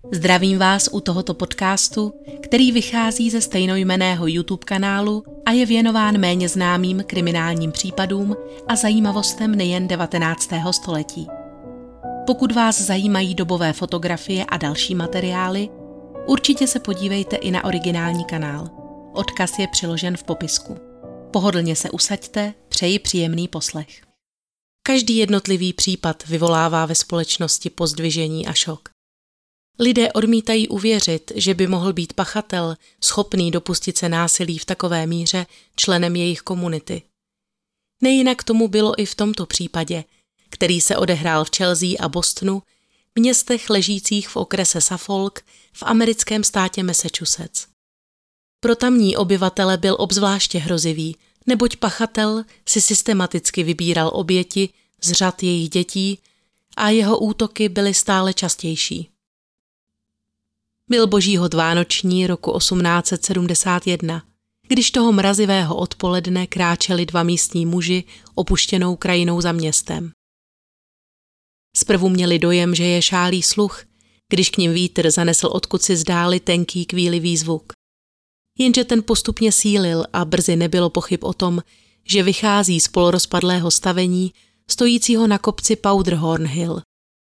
Zdravím vás u tohoto podcastu, který vychází ze stejnojmenného YouTube kanálu a je věnován méně známým kriminálním případům a zajímavostem nejen 19. století. Pokud vás zajímají dobové fotografie a další materiály, určitě se podívejte i na originální kanál. Odkaz je přiložen v popisku. Pohodlně se usaďte, přeji příjemný poslech. Každý jednotlivý případ vyvolává ve společnosti pozdvižení a šok. Lidé odmítají uvěřit, že by mohl být pachatel schopný dopustit se násilí v takové míře členem jejich komunity. Nejinak tomu bylo i v tomto případě, který se odehrál v Chelsea a Bostonu, městech ležících v okrese Suffolk v americkém státě Massachusetts. Pro tamní obyvatele byl obzvláště hrozivý, neboť pachatel si systematicky vybíral oběti z řad jejich dětí a jeho útoky byly stále častější. Byl božího vánoční roku 1871, když toho mrazivého odpoledne kráčeli dva místní muži opuštěnou krajinou za městem. Zprvu měli dojem, že je šálí sluch, když k nim vítr zanesl odkud si zdáli tenký kvílivý zvuk. Jenže ten postupně sílil a brzy nebylo pochyb o tom, že vychází z polorozpadlého stavení stojícího na kopci Powderhorn Hill.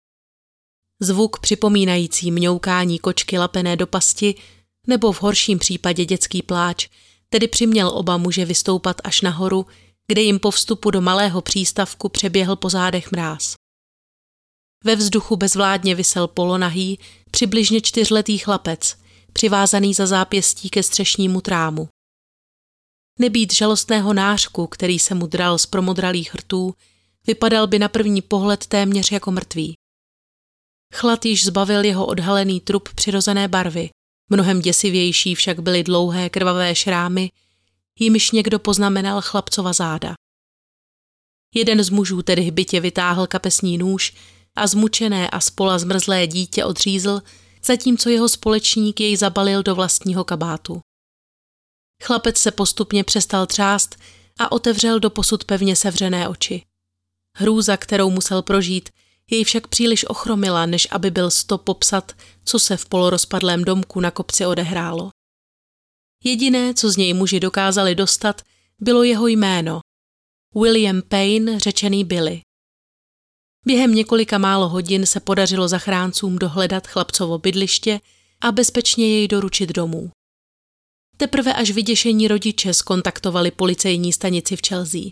Zvuk připomínající mňoukání kočky lapené do pasti nebo v horším případě dětský pláč, tedy přiměl oba muže vystoupat až nahoru, kde jim po vstupu do malého přístavku přeběhl po zádech mráz. Ve vzduchu bezvládně visel polonahý, přibližně 4letý chlapec, přivázaný za zápěstí ke střešnímu trámu. Nebýt žalostného nářku, který se mu dral z promodralých rtů, vypadal by na první pohled téměř jako mrtvý. Chlad již zbavil jeho odhalený trup přirozené barvy, mnohem děsivější však byly dlouhé krvavé šrámy, jimiž někdo poznamenal chlapcova záda. Jeden z mužů tedy hbitě vytáhl kapesní nůž a zmučené a spola zmrzlé dítě odřízl, zatímco jeho společník jej zabalil do vlastního kabátu. Chlapec se postupně přestal třást a otevřel doposud pevně sevřené oči. Hrůza, kterou musel prožít, jej však příliš ochromila, než aby byl sto popsat, co se v polorozpadlém domku na kopci odehrálo. Jediné, co z něj muži dokázali dostat, bylo jeho jméno. William Payne, řečený Billy. Během několika málo hodin se podařilo zachráncům dohledat chlapcovo bydliště a bezpečně jej doručit domů. Teprve až vyděšení rodiče zkontaktovali policejní stanici v Chelsea.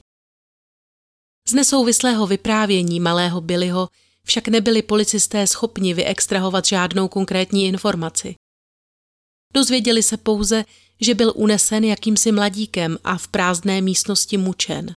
Z nesouvislého vyprávění malého Billyho však nebyli policisté schopni vyextrahovat žádnou konkrétní informaci. Dozvěděli se pouze, že byl unesen jakýmsi mladíkem a v prázdné místnosti mučen.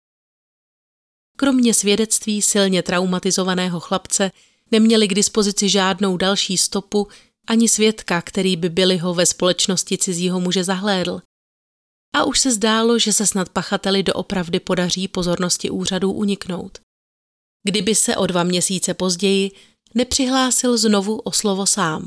Kromě svědectví silně traumatizovaného chlapce neměli k dispozici žádnou další stopu ani svědka, který by Billyho ve společnosti cizího muže zahlédl. A už se zdálo, že se snad pachateli doopravdy podaří pozornosti úřadů uniknout. Kdyby se o 2 měsíce později nepřihlásil znovu o slovo sám.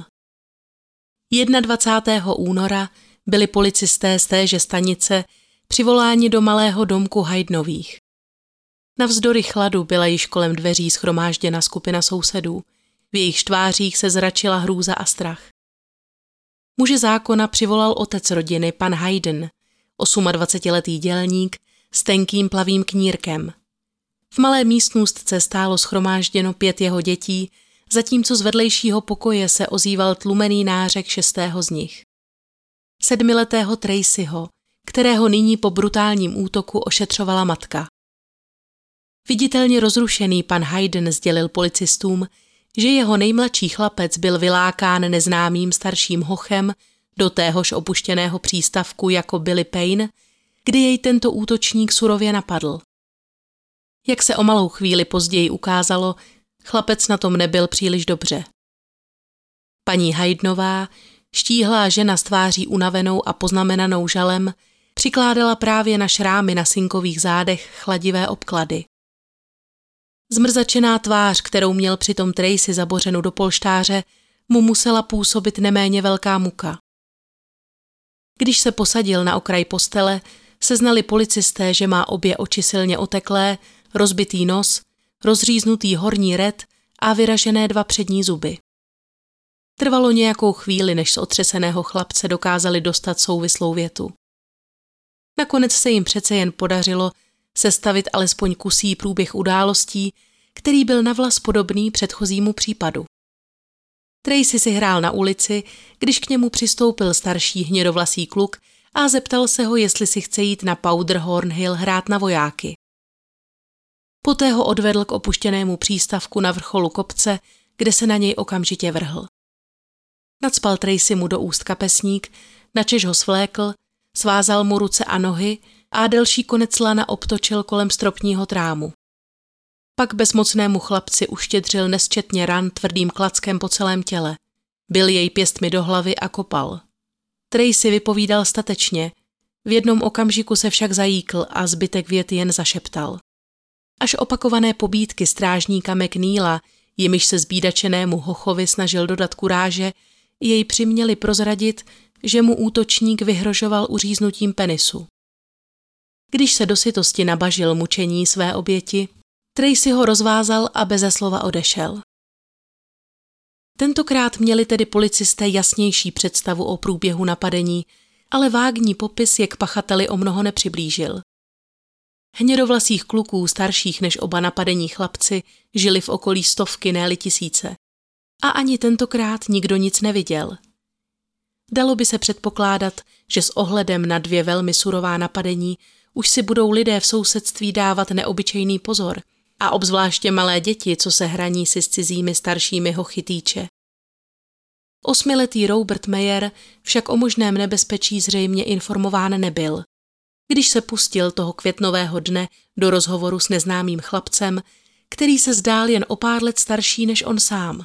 21. února byli policisté z téže stanice přivoláni do malého domku Haydenových. Navzdory chladu byla již kolem dveří shromážděna skupina sousedů, v jejich tvářích se zračila hrůza a strach. Muže zákona přivolal otec rodiny, pan Hayden, 28letý dělník s tenkým plavým knírkem. V malé místnostce stálo shromážděno 5 jeho dětí, zatímco z vedlejšího pokoje se ozýval tlumený nářek 6. z nich. 7letého Tracyho, kterého nyní po brutálním útoku ošetřovala matka. Viditelně rozrušený pan Hayden sdělil policistům, že jeho nejmladší chlapec byl vylákán neznámým starším hochem do téhož opuštěného přístavku jako Billy Payne, kdy jej tento útočník surově napadl. Jak se o malou chvíli později ukázalo, chlapec na tom nebyl příliš dobře. Paní Haydenová, štíhlá žena s tváří unavenou a poznamenanou žalem, přikládala právě na šrámy na synkových zádech chladivé obklady. Zmrzačená tvář, kterou měl přitom Tracy zabořenu do polštáře, mu musela působit neméně velká muka. Když se posadil na okraj postele, seznali policisté, že má obě oči silně oteklé, rozbitý nos, rozříznutý horní red a vyražené 2 přední zuby. Trvalo nějakou chvíli, než z otřeseného chlapce dokázali dostat souvislou větu. Nakonec se jim přece jen podařilo sestavit alespoň kusí průběh událostí, který byl navlas podobný předchozímu případu. Tracy si hrál na ulici, když k němu přistoupil starší hnědovlasý kluk a zeptal se ho, jestli si chce jít na Powderhorn Hill hrát na vojáky. Poté ho odvedl k opuštěnému přístavku na vrcholu kopce, kde se na něj okamžitě vrhl. Nacpal Tracy mu do úst kapesník, načež ho svlékl, svázal mu ruce a nohy a delší konec lana obtočil kolem stropního trámu. Pak bezmocnému chlapci uštědřil nesčetně ran tvrdým klackem po celém těle. Bil jej pěstmi do hlavy a kopal. Tracy vypovídal statečně, v jednom okamžiku se však zajíkl a zbytek věty jen zašeptal. Až opakované pobídky strážníka McNeila, jimiž se zbídačenému hochovi snažil dodat kuráže, jej přiměli prozradit, že mu útočník vyhrožoval uříznutím penisu. Když se do sytosti nabažil mučení své oběti, Tracy ho rozvázal a beze slova odešel. Tentokrát měli tedy policisté jasnější představu o průběhu napadení, ale vágní popis je k pachateli o mnoho nepřiblížil. Hnědovlasých kluků starších než oba napadení chlapci žili v okolí stovky, ne-li tisíce. A ani tentokrát nikdo nic neviděl. Dalo by se předpokládat, že s ohledem na dvě velmi surová napadení už si budou lidé v sousedství dávat neobyčejný pozor a obzvláště malé děti, co se hraní si s cizími staršími hochytýče. 8letý Robert Meyer však o možném nebezpečí zřejmě informován nebyl. Když se pustil toho květnového dne do rozhovoru s neznámým chlapcem, který se zdál jen o pár let starší než on sám.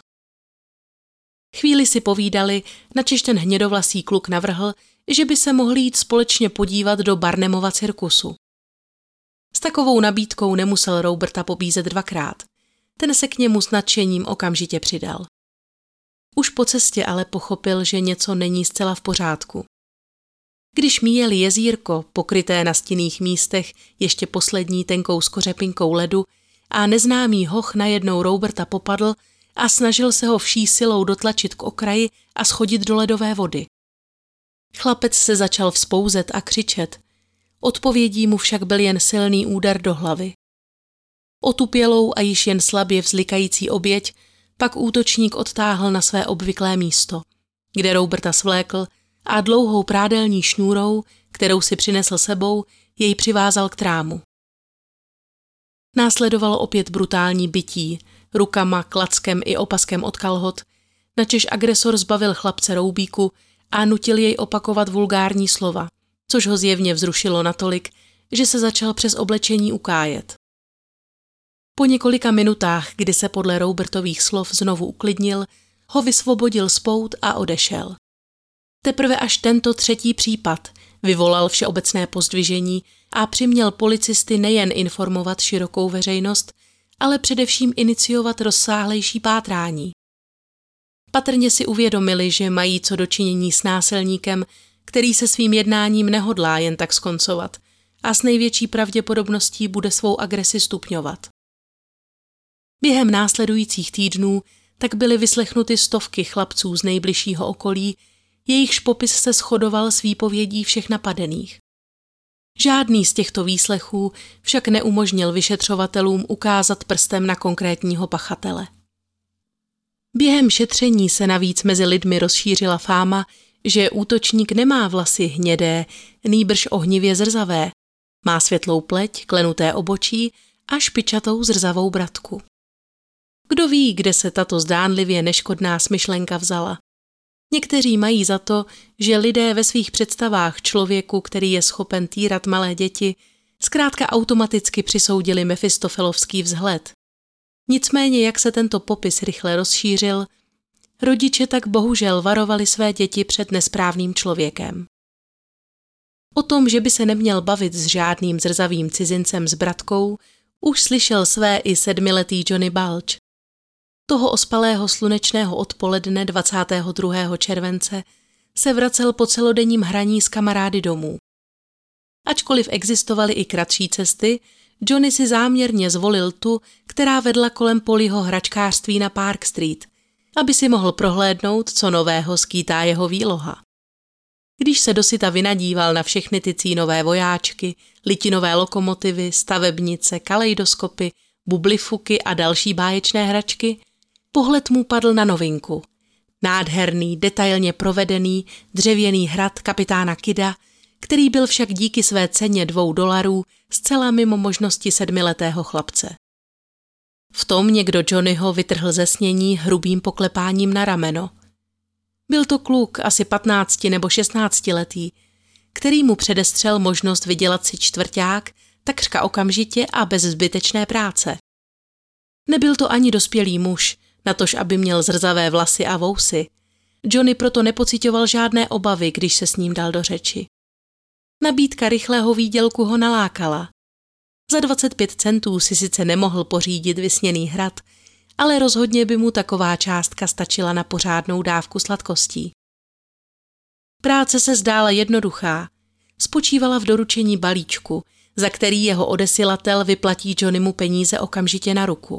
Chvíli si povídali, načež ten hnědovlasý kluk navrhl, že by se mohli jít společně podívat do Barnumova cirkusu. S takovou nabídkou nemusel Roberta pobízet dvakrát. Ten se k němu s nadšením okamžitě přidal. Už po cestě ale pochopil, že něco není zcela v pořádku. Když míjeli jezírko, pokryté na stinných místech ještě poslední tenkou skořepinkou ledu, a neznámý hoch najednou Roberta popadl a snažil se ho vší silou dotlačit k okraji a schodit do ledové vody. Chlapec se začal vzpouzet a křičet. Odpovědí mu však byl jen silný úder do hlavy. Otupělou a již jen slabě vzlikající oběť pak útočník odtáhl na své obvyklé místo, kde Roberta svlékl a dlouhou prádelní šňůrou, kterou si přinesl sebou, jej přivázal k trámu. Následovalo opět brutální bití, rukama, klackem i opaskem od kalhot, načež agresor zbavil chlapce roubíku a nutil jej opakovat vulgární slova, což ho zjevně vzrušilo natolik, že se začal přes oblečení ukájet. Po několika minutách, kdy se podle Robertových slov znovu uklidnil, ho vysvobodil z pout a odešel. Teprve až tento třetí případ vyvolal všeobecné pozdvižení a přiměl policisty nejen informovat širokou veřejnost, ale především iniciovat rozsáhlejší pátrání. Patrně si uvědomili, že mají co dočinění s násilníkem, který se svým jednáním nehodlá jen tak skoncovat a s největší pravděpodobností bude svou agresi stupňovat. Během následujících týdnů tak byly vyslechnuty stovky chlapců z nejbližšího okolí, jejichž popis se shodoval s výpovědí všech napadených. Žádný z těchto výslechů však neumožnil vyšetřovatelům ukázat prstem na konkrétního pachatele. Během šetření se navíc mezi lidmi rozšířila fáma, že útočník nemá vlasy hnědé, nýbrž ohnivě zrzavé, má světlou pleť, klenuté obočí a špičatou zrzavou bratku. Kdo ví, kde se tato zdánlivě neškodná smyšlenka vzala? Někteří mají za to, že lidé ve svých představách člověku, který je schopen týrat malé děti, zkrátka automaticky přisoudili mefistofelovský vzhled. Nicméně, jak se tento popis rychle rozšířil, rodiče tak bohužel varovali své děti před nesprávným člověkem. O tom, že by se neměl bavit s žádným zrzavým cizincem s bratkou, už slyšel své i 7letý Johnny Balch. Toho ospalého slunečného odpoledne 22. července se vracel po celodenním hraní s kamarády domů. Ačkoliv existovaly i kratší cesty, Johnny si záměrně zvolil tu, která vedla kolem Pollyho hračkářství na Park Street, aby si mohl prohlédnout, co nového skýtá jeho výloha. Když se dosyta vynadíval na všechny ty cínové vojáčky, litinové lokomotivy, stavebnice, kaleidoskopy, bublifuky a další báječné hračky, pohled mu padl na novinku. Nádherný, detailně provedený, dřevěný hrad kapitána Kidda, který byl však díky své ceně $2 zcela mimo možnosti 7letého chlapce. V tom někdo Johnnyho vytrhl ze snění hrubým poklepáním na rameno. Byl to kluk asi 15 nebo 16 letý, který mu předestřel možnost vydělat si čtvrťák takřka okamžitě a bez zbytečné práce. Nebyl to ani dospělý muž, natož aby měl zrzavé vlasy a vousy. Johnny proto nepocitoval žádné obavy, když se s ním dal do řeči. Nabídka rychlého výdělku ho nalákala. Za 25 centů si sice nemohl pořídit vysněný hrad, ale rozhodně by mu taková částka stačila na pořádnou dávku sladkostí. Práce se zdála jednoduchá. Spočívala v doručení balíčku, za který jeho odesilatel vyplatí Johnnymu peníze okamžitě na ruku.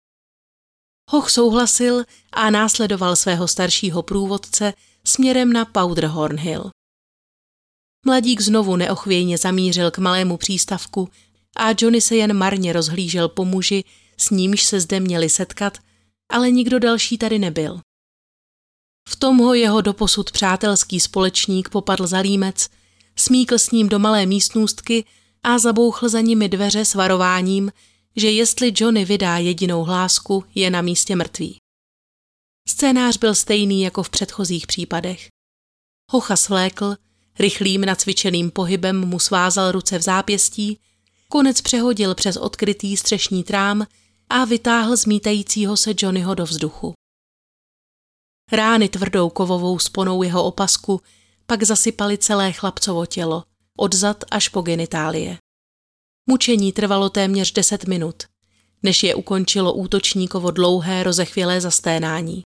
Hoch souhlasil a následoval svého staršího průvodce směrem na Powderhorn Hill. Mladík znovu neochvějně zamířil k malému přístavku a Johnny se jen marně rozhlížel po muži, s nímž se zde měli setkat, ale nikdo další tady nebyl. V tom ho jeho doposud přátelský společník popadl za límec, smíkl s ním do malé místnůstky a zabouchl za nimi dveře s varováním, že jestli Johnny vydá jedinou hlásku, je na místě mrtvý. Scénář byl stejný jako v předchozích případech. Hocha svlékl, rychlým nacvičeným pohybem mu svázal ruce v zápěstí, konec přehodil přes odkrytý střešní trám a vytáhl zmítajícího se Johnnyho do vzduchu. Rány tvrdou kovovou sponou jeho opasku pak zasypaly celé chlapcovo tělo, od zad až po genitálie. Mučení trvalo téměř 10 minut, než je ukončilo útočníkovo dlouhé rozechvělé zasténání.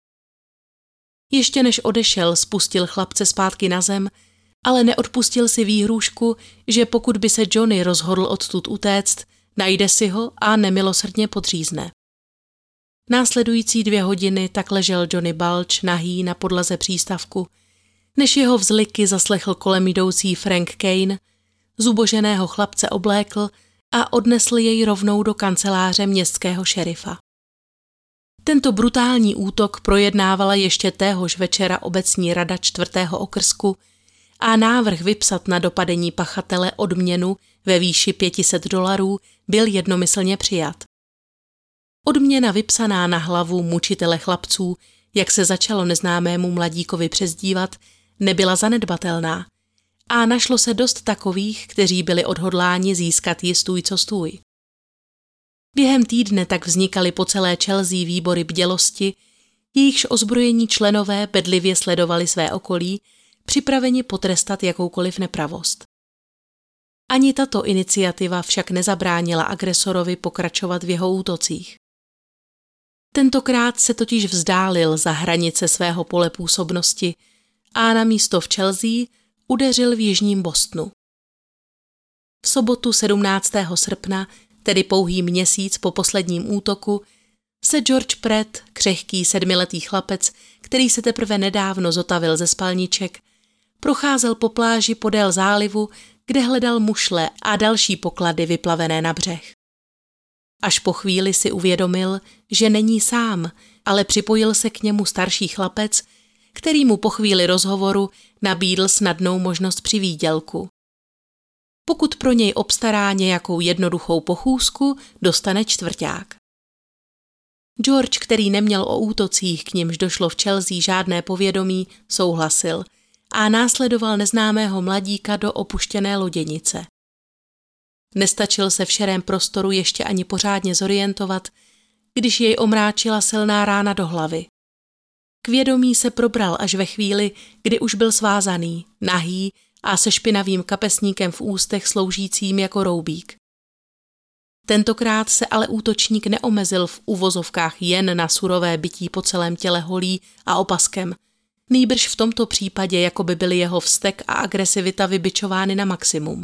Ještě než odešel, spustil chlapce zpátky na zem, ale neodpustil si výhrůžku, že pokud by se Johnny rozhodl odtud utéct, najde si ho a nemilosrdně podřízne. Následující 2 hodiny tak ležel Johnny Balch nahý na podlaze přístavku, než jeho vzliky zaslechl kolem jdoucí Frank Kane, zuboženého chlapce oblékl a odnesl jej rovnou do kanceláře městského šerifa. Tento brutální útok projednávala ještě téhož večera obecní rada 4. okrsku a návrh vypsat na dopadení pachatele odměnu ve výši $500 byl jednomyslně přijat. Odměna vypsaná na hlavu mučitele chlapců, jak se začalo neznámému mladíkovi přezdívat, nebyla zanedbatelná a našlo se dost takových, kteří byli odhodláni získat jistůj co stůj. Během týdne tak vznikaly po celé Chelsea výbory bdělosti, jejichž ozbrojení členové bedlivě sledovali své okolí, připraveni potrestat jakoukoliv nepravost. Ani tato iniciativa však nezabránila agresorovi pokračovat v jeho útocích. Tentokrát se totiž vzdálil za hranice svého pole působnosti a na místo v Chelsea udeřil v jižním Bostonu. V sobotu 17. srpna, tedy pouhý měsíc po posledním útoku, se George Pratt, křehký 7letý chlapec, který se teprve nedávno zotavil ze spalniček, procházel po pláži podél zálivu, kde hledal mušle a další poklady vyplavené na břeh. Až po chvíli si uvědomil, že není sám, ale připojil se k němu starší chlapec, který mu po chvíli rozhovoru nabídl snadnou možnost při výdělku. Pokud pro něj obstará nějakou jednoduchou pochůzku, dostane čtvrťák. George, který neměl o útocích, k nimž došlo v Chelsea žádné povědomí, souhlasil a následoval neznámého mladíka do opuštěné loděnice. Nestačil se v širém prostoru ještě ani pořádně zorientovat, když jej omráčila silná rána do hlavy. K vědomí se probral až ve chvíli, kdy už byl svázaný, nahý a se špinavým kapesníkem v ústech sloužícím jako roubík. Tentokrát se ale útočník neomezil v uvozovkách jen na surové bití po celém těle holí a opaskem, nýbrž v tomto případě jako by byly jeho vztek a agresivita vybičovány na maximum.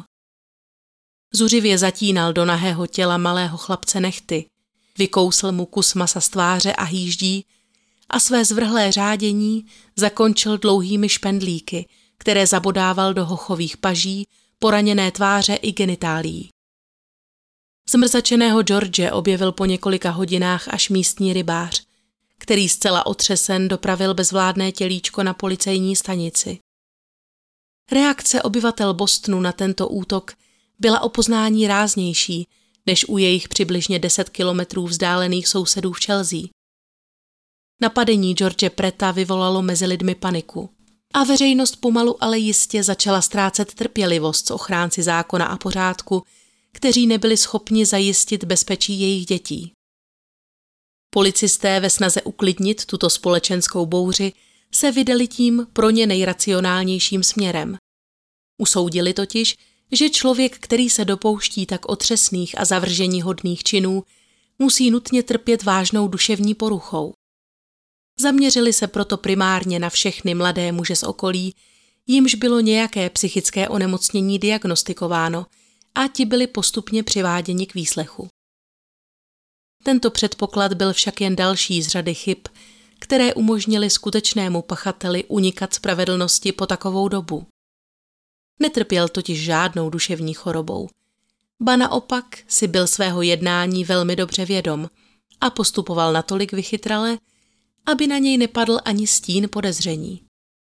Zuřivě zatínal do nahého těla malého chlapce nehty, vykousl mu kus masa z tváře a hýždí a své zvrhlé řádění zakončil dlouhými špendlíky, které zabodával do hochových paží, poraněné tváře i genitálií. Zmrzačeného George objevil po několika hodinách až místní rybář, který zcela otřesen dopravil bezvládné tělíčko na policejní stanici. Reakce obyvatel Bostonu na tento útok byla o poznání ráznější než u jejich přibližně 10 kilometrů vzdálených sousedů v Chelsea. Napadení George Pretta vyvolalo mezi lidmi paniku a veřejnost pomalu ale jistě začala ztrácet trpělivost s ochránci zákona a pořádku, kteří nebyli schopni zajistit bezpečí jejich dětí. Policisté ve snaze uklidnit tuto společenskou bouři se vydali tím pro ně nejracionálnějším směrem. Usoudili totiž, že člověk, který se dopouští tak otřesných a zavrženíhodných činů, musí nutně trpět vážnou duševní poruchou. Zaměřili se proto primárně na všechny mladé muže z okolí, jimž bylo nějaké psychické onemocnění diagnostikováno a ti byli postupně přiváděni k výslechu. Tento předpoklad byl však jen další z řady chyb, které umožnily skutečnému pachateli unikat spravedlnosti po takovou dobu. Netrpěl totiž žádnou duševní chorobou. Ba naopak si byl svého jednání velmi dobře vědom a postupoval natolik vychytrale, aby na něj nepadl ani stín podezření.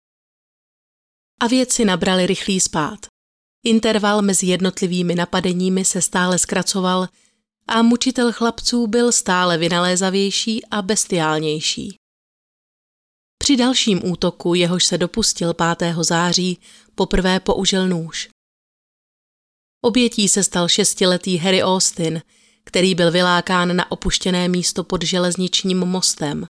A věci nabraly rychlý spád. Interval mezi jednotlivými napadeními se stále zkracoval a mučitel chlapců byl stále vynalézavější a bestiálnější. Při dalším útoku, jehož se dopustil 5. září, poprvé použil nůž. Obětí se stal 6letý Harry Austin, který byl vylákán na opuštěné místo pod železničním mostem.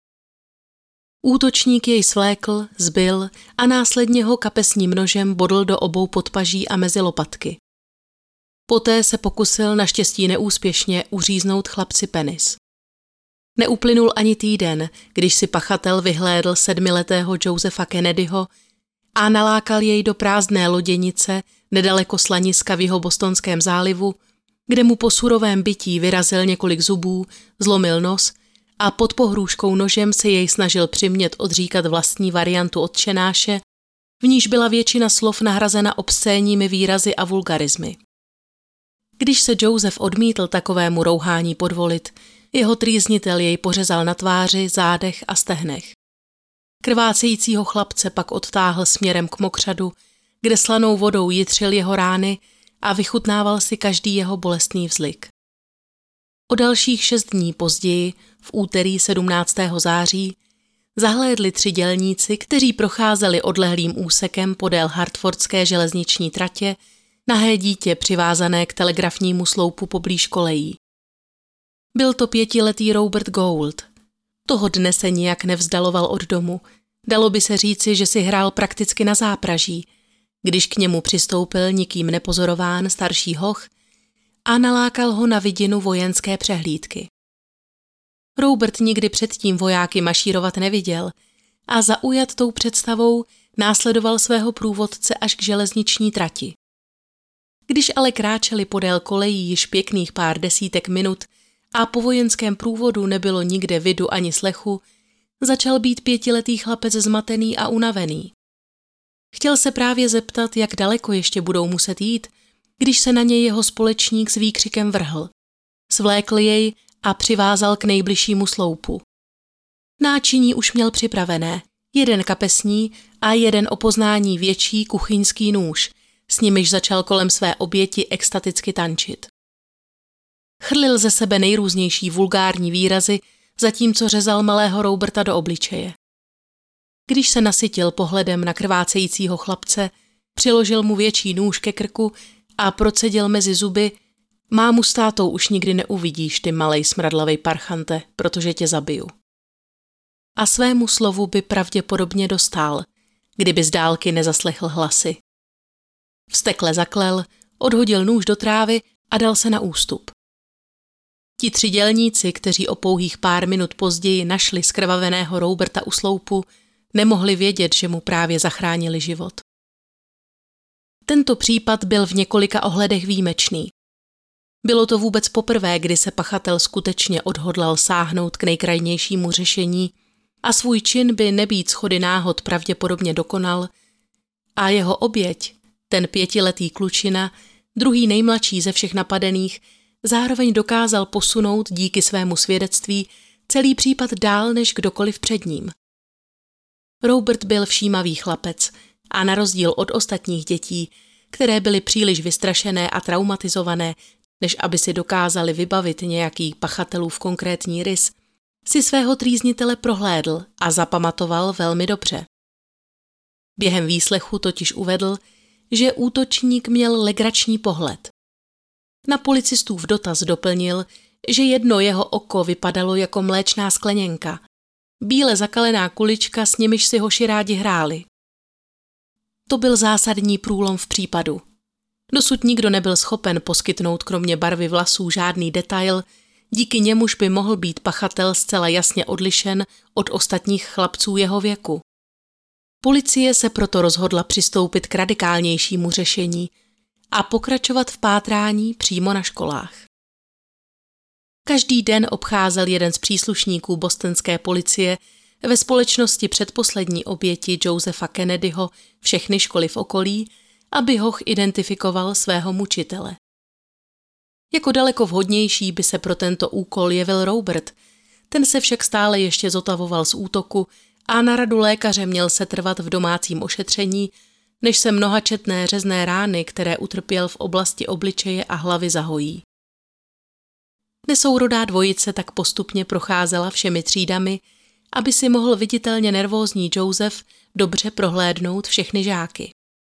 Útočník jej svlékl, zbil a následně ho kapesním nožem bodl do obou podpaží a mezi lopatky. Poté se pokusil naštěstí neúspěšně uříznout chlapci penis. Neuplynul ani týden, když si pachatel vyhlédl 7letého Josepha Kennedyho a nalákal jej do prázdné loděnice nedaleko slaniska v jeho bostonském zálivu, kde mu po surovém bití vyrazil několik zubů, zlomil nos a pod pohrůžkou nožem se jej snažil přimět odříkat vlastní variantu Otčenáše, v níž byla většina slov nahrazena obscénními výrazy a vulgarizmy. Když se Joseph odmítl takovému rouhání podvolit, jeho trýznitel jej pořezal na tváři, zádech a stehnech. Krvácejícího chlapce pak odtáhl směrem k mokřadu, kde slanou vodou jitřil jeho rány a vychutnával si každý jeho bolestný vzlik. O dalších 6 dní později, v úterý 17. září, zahlédli 3 dělníci, kteří procházeli odlehlým úsekem podél Hartfordské železniční tratě, nahé dítě přivázané k telegrafnímu sloupu poblíž kolejí. Byl to 5letý Robert Gould. Toho dne se nijak nevzdaloval od domu. Dalo by se říci, že si hrál prakticky na zápraží, když k němu přistoupil nikým nepozorován starší hoch a nalákal ho na vidinu vojenské přehlídky. Robert nikdy předtím vojáky mašírovat neviděl a zaujat tou představou následoval svého průvodce až k železniční trati. Když ale kráčeli podél kolejí již pěkných pár desítek minut a po vojenském průvodu nebylo nikde vidu ani slechu, začal být 5letý chlapec zmatený a unavený. Chtěl se právě zeptat, jak daleko ještě budou muset jít, když se na něj jeho společník s výkřikem vrhl. Svlékl jej a přivázal k nejbližšímu sloupu. Náčiní už měl připravené, 1 kapesní a 1 o poznání větší kuchyňský nůž, s nimiž začal kolem své oběti extaticky tančit. Chrlil ze sebe nejrůznější vulgární výrazy, zatímco řezal malého Roberta do obličeje. Když se nasytil pohledem na krvácejícího chlapce, přiložil mu větší nůž ke krku a procedil mezi zuby: mámu s tátou už nikdy neuvidíš, ty malej smradlavej parchante, protože tě zabiju. A svému slovu by pravděpodobně dostál, kdyby z dálky nezaslechl hlasy. Vztekle zaklel, odhodil nůž do trávy a dal se na ústup. Ti 3 dělníci, kteří o pouhých pár minut později našli zkrvaveného Roberta u sloupu, nemohli vědět, že mu právě zachránili život. Tento případ byl v několika ohledech výjimečný. Bylo to vůbec poprvé, kdy se pachatel skutečně odhodlal sáhnout k nejkrajnějšímu řešení a svůj čin by nebýt shody náhod pravděpodobně dokonal a jeho oběť, ten 5letý klučina, druhý nejmladší ze všech napadených, zároveň dokázal posunout díky svému svědectví celý případ dál než kdokoliv před ním. Robert byl všímavý chlapec a na rozdíl od ostatních dětí, které byly příliš vystrašené a traumatizované, než aby si dokázali vybavit nějaký pachatelův konkrétní rys, si svého trýznitele prohlédl a zapamatoval velmi dobře. Během výslechu totiž uvedl, že útočník měl legrační pohled. Na policistův dotaz doplnil, že jedno jeho oko vypadalo jako mléčná skleněnka, bíle zakalená kulička, s nimiž si hoši rádi hráli. To byl zásadní průlom v případu. Dosud nikdo nebyl schopen poskytnout kromě barvy vlasů žádný detail, díky němuž by mohl být pachatel zcela jasně odlišen od ostatních chlapců jeho věku. Policie se proto rozhodla přistoupit k radikálnějšímu řešení a pokračovat v pátrání přímo na školách. Každý den obcházel jeden z příslušníků bostonské policie ve společnosti předposlední oběti Josepha Kennedyho všechny školy v okolí, aby hoch identifikoval svého mučitele. Jako daleko vhodnější by se pro tento úkol jevil Robert, ten se však stále ještě zotavoval z útoku a na radu lékaře měl setrvat v domácím ošetření, než se mnohačetné řezné rány, které utrpěl v oblasti obličeje a hlavy, zahojí. Nesourodá dvojice tak postupně procházela všemi třídami, aby si mohl viditelně nervózní Joseph dobře prohlédnout všechny žáky.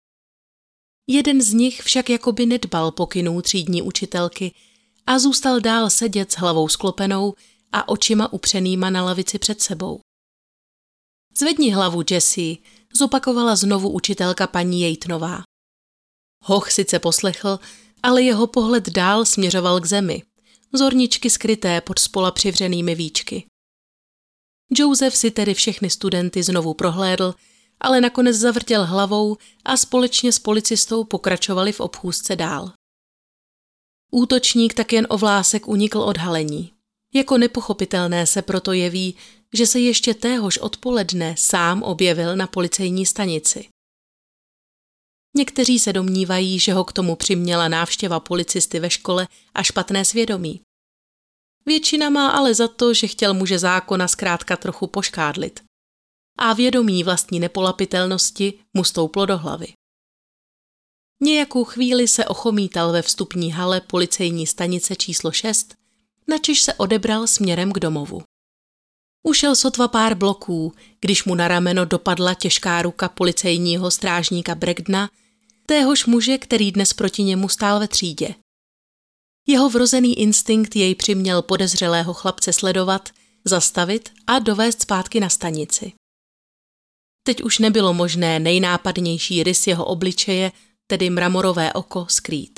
Jeden z nich však jakoby nedbal pokynů třídní učitelky a zůstal dál sedět s hlavou sklopenou a očima upřenýma na lavici před sebou. Zvedni hlavu, Jessie, zopakovala znovu učitelka paní Jejtnová. Hoch sice poslechl, ale jeho pohled dál směřoval k zemi, zorničky skryté pod spola přivřenými víčky. Joseph si tedy všechny studenty znovu prohlédl, ale nakonec zavrtěl hlavou a společně s policistou pokračovali v obchůzce dál. Útočník tak jen o vlásek unikl odhalení. Jako nepochopitelné se proto jeví, že se ještě téhož odpoledne sám objevil na policejní stanici. Někteří se domnívají, že ho k tomu přiměla návštěva policisty ve škole a špatné svědomí. Většina má ale za to, že chtěl muže zákona zkrátka trochu poškádlit. A vědomí vlastní nepolapitelnosti mu stouplo do hlavy. Nějakou chvíli se ochomítal ve vstupní hale policejní stanice číslo 6, načež se odebral směrem k domovu. Ušel sotva pár bloků, když mu na rameno dopadla těžká ruka policejního strážníka Bragdona, téhož muže, který dnes proti němu stál ve třídě. Jeho vrozený instinkt jej přiměl podezřelého chlapce sledovat, zastavit a dovést zpátky na stanici. Teď už nebylo možné nejnápadnější rys jeho obličeje, tedy mramorové oko, skrýt.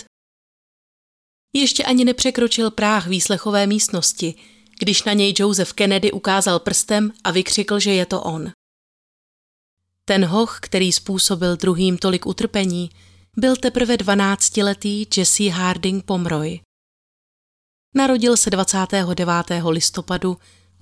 Ještě ani nepřekročil práh výslechové místnosti, když na něj Joseph Kennedy ukázal prstem a vykřikl, že je to on. Ten hoch, který způsobil druhým tolik utrpení, byl teprve 12letý Jesse Harding Pomeroy. Narodil se 29. listopadu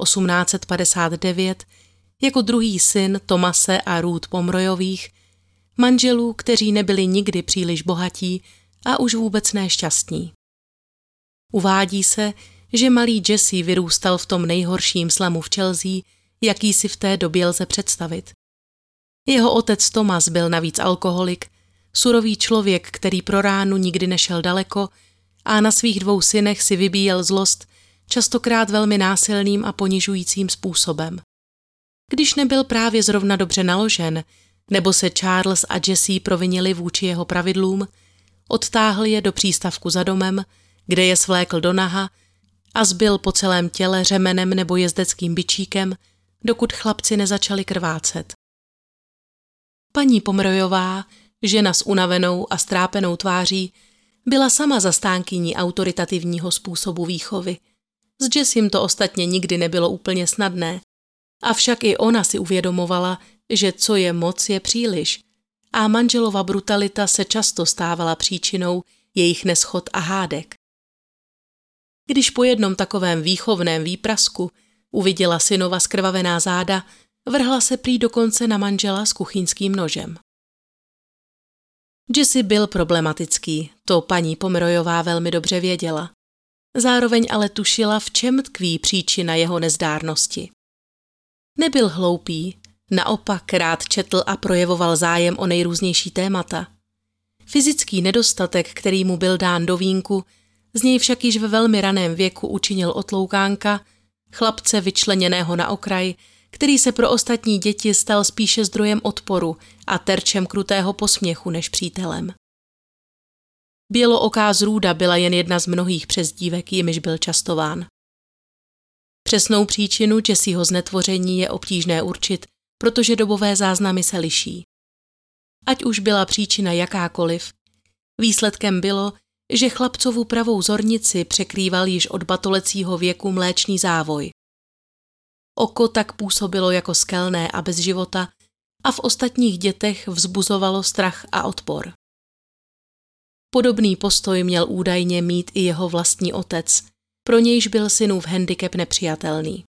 1859 jako druhý syn Thomase a Ruth Pomeroyových, manželů, kteří nebyli nikdy příliš bohatí a už vůbec nešťastní. Uvádí se, že malý Jesse vyrůstal v tom nejhorším slamu v Chelsea, jaký si v té době lze představit. Jeho otec Thomas byl navíc alkoholik, surový člověk, který pro ránu nikdy nešel daleko a na svých 2 synech si vybíjel zlost, častokrát velmi násilným a ponižujícím způsobem. Když nebyl právě zrovna dobře naložen, nebo se Charles a Jesse provinili vůči jeho pravidlům, odtáhl je do přístavku za domem, kde je svlékl do naha a zbil po celém těle řemenem nebo jezdeckým bičíkem, dokud chlapci nezačali krvácet. Paní Pomeroyová, žena s unavenou a strápenou tváří, byla sama zastánkyní autoritativního způsobu výchovy. S Jessem to ostatně nikdy nebylo úplně snadné, avšak i ona si uvědomovala, že co je moc, je příliš a manželova brutalita se často stávala příčinou jejich neschod a hádek. Když po jednom takovém výchovném výprasku Uviděla synova zkrvavená záda, vrhla se prý dokonce na manžela s kuchyňským nožem. Jesse byl problematický, to paní Pomerojová velmi dobře věděla. Zároveň ale tušila, v čem tkví příčina jeho nezdárnosti. Nebyl hloupý, naopak rád četl a projevoval zájem o nejrůznější témata. Fyzický nedostatek, který mu byl dán do vínku, z něj však již ve velmi raném věku učinil otloukánka, chlapce vyčleněného na okraj, který se pro ostatní děti stal spíše zdrojem odporu a terčem krutého posměchu než přítelem. Bělooká zrůda byla jen jedna z mnohých přezdívek, jimiž byl častován. Přesnou příčinu Jesseho znetvoření je obtížné určit, protože dobové záznamy se liší. Ať už byla příčina jakákoliv, výsledkem bylo, že chlapcovu pravou zornici překrýval již od batolecího věku mléčný závoj. Oko tak působilo jako skelné a bez života a v ostatních dětech vzbuzovalo strach a odpor. Podobný postoj měl údajně mít i jeho vlastní otec, pro nějž byl synův handicap nepřijatelný.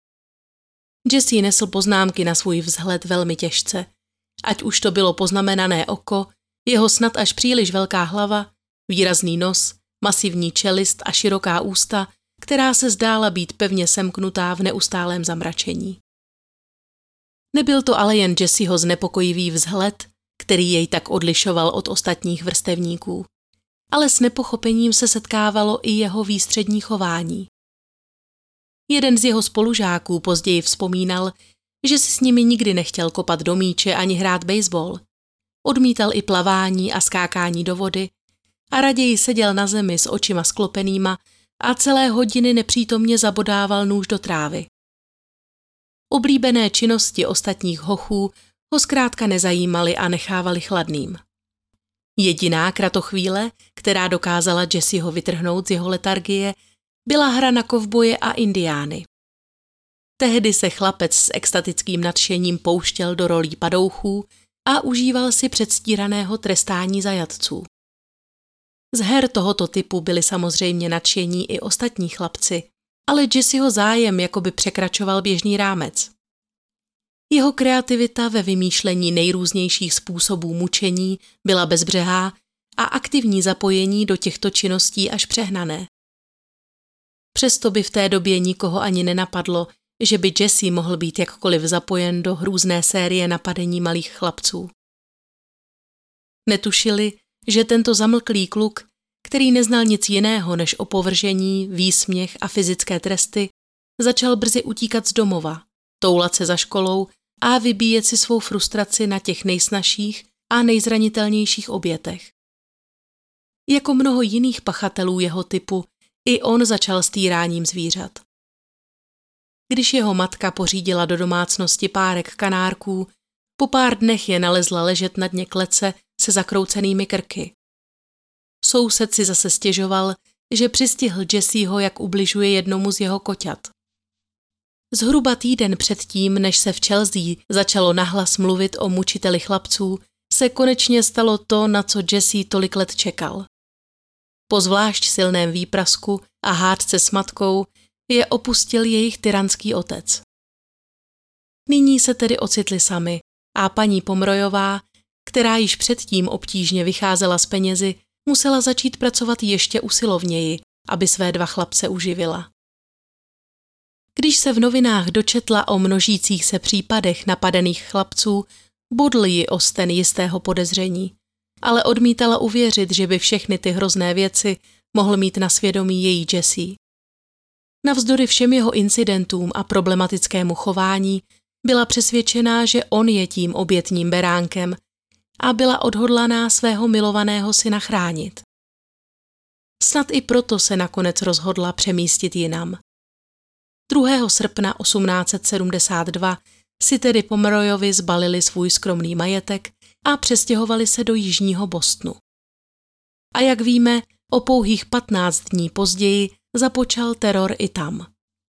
Jesse nesl poznámky na svůj vzhled velmi těžce, ať už to bylo poznamenané oko, jeho snad až příliš velká hlava, výrazný nos, masivní čelist a široká ústa, která se zdála být pevně semknutá v neustálém zamračení. Nebyl to ale jen Jesseho znepokojivý vzhled, který jej tak odlišoval od ostatních vrstevníků, ale s nepochopením se setkávalo i jeho výstřední chování. Jeden z jeho spolužáků později vzpomínal, že si s nimi nikdy nechtěl kopat do míče ani hrát baseball. Odmítal i plavání a skákání do vody a raději seděl na zemi s očima sklopenýma a celé hodiny nepřítomně zabodával nůž do trávy. Oblíbené činnosti ostatních hochů ho zkrátka nezajímaly a nechávaly chladným. Jediná kratochvíle, která dokázala Jesseho vytrhnout z jeho letargie, byla hra na kovboje a indiány. Tehdy se chlapec s extatickým nadšením pouštěl do rolí padouchů a užíval si předstíraného trestání zajatců. Z her tohoto typu byli samozřejmě nadšení i ostatní chlapci, ale Jesseho zájem jakoby překračoval běžný rámec. Jeho kreativita ve vymýšlení nejrůznějších způsobů mučení byla bezbřehá a aktivní zapojení do těchto činností až přehnané. Přesto by v té době nikoho ani nenapadlo, že by Jesse mohl být jakkoliv zapojen do hrůzné série napadení malých chlapců. Netušili, že tento zamlklý kluk, který neznal nic jiného než opovržení, výsměch a fyzické tresty, začal brzy utíkat z domova, toulat se za školou a vybíjet si svou frustraci na těch nejsnazších a nejzranitelnějších obětech. Jako mnoho jiných pachatelů jeho typu, i on začal s týráním zvířat. Když jeho matka pořídila do domácnosti párek kanárků, po pár dnech je nalezla ležet na dně klece se zakroucenými krky. Soused si zase stěžoval, že přistihl Jesseho, jak ubližuje jednomu z jeho koťat. Zhruba týden předtím, než se v Chelsea začalo nahlas mluvit o mučiteli chlapců, se konečně stalo to, na co Jesse tolik let čekal. Po zvlášť silném výprasku a hádce s matkou je opustil jejich tyranský otec. Nyní se tedy ocitli sami a paní Pomerojová, která již předtím obtížně vycházela z penězi, musela začít pracovat ještě usilovněji, aby své dva chlapce uživila. Když se v novinách dočetla o množících se případech napadených chlapců, bodl ji osten jistého podezření, ale odmítala uvěřit, že by všechny ty hrozné věci mohl mít na svědomí její Jesse. Navzdory všem jeho incidentům a problematickému chování byla přesvědčená, že on je tím obětním beránkem a byla odhodlaná svého milovaného syna chránit. Snad i proto se nakonec rozhodla přemístit jinam. 2. srpna 1872 si tedy Pomeroyovi zbalili svůj skromný majetek a přestěhovali se do jižního Bostonu. A jak víme, o pouhých 15 dní později započal teror i tam.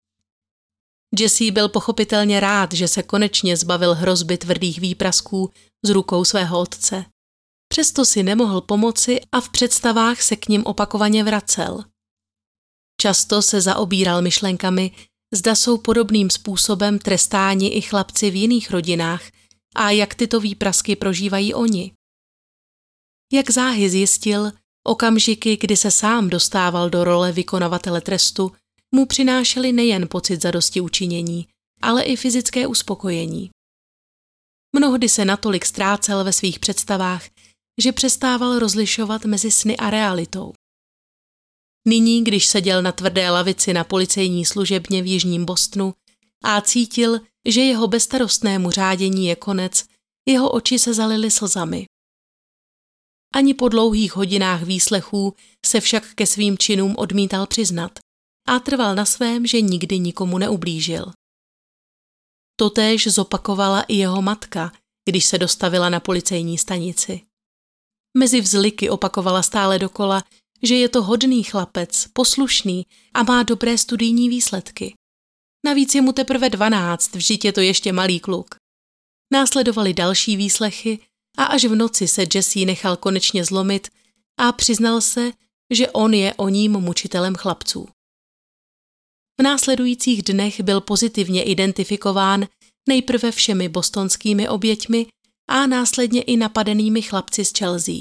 Jesse byl pochopitelně rád, že se konečně zbavil hrozby tvrdých výprasků z rukou svého otce. Přesto si nemohl pomoci a v představách se k nim opakovaně vracel. Často se zaobíral myšlenkami, zda jsou podobným způsobem trestáni i chlapci v jiných rodinách a jak tyto výprasky prožívají oni. Jak záhy zjistil, okamžiky, kdy se sám dostával do role vykonavatele trestu, mu přinášely nejen pocit zadostiučinění, ale i fyzické uspokojení. Mnohdy se natolik ztrácel ve svých představách, že přestával rozlišovat mezi sny a realitou. Nyní, když seděl na tvrdé lavici na policejní služebně v jižním Bostonu a cítil, že jeho bezstarostnému řádění je konec, jeho oči se zalily slzami. Ani po dlouhých hodinách výslechů se však ke svým činům odmítal přiznat a trval na svém, že nikdy nikomu neublížil. Totéž zopakovala i jeho matka, když se dostavila na policejní stanici. Mezi vzliky opakovala stále dokola, že je to hodný chlapec, poslušný a má dobré studijní výsledky. Navíc je mu teprve 12, vždyť je to ještě malý kluk. Následovaly další výslechy a až v noci se Jesse nechal konečně zlomit a přiznal se, že on je oním mučitelem chlapců. V následujících dnech byl pozitivně identifikován nejprve všemi bostonskými oběťmi a následně i napadenými chlapci z Chelsea.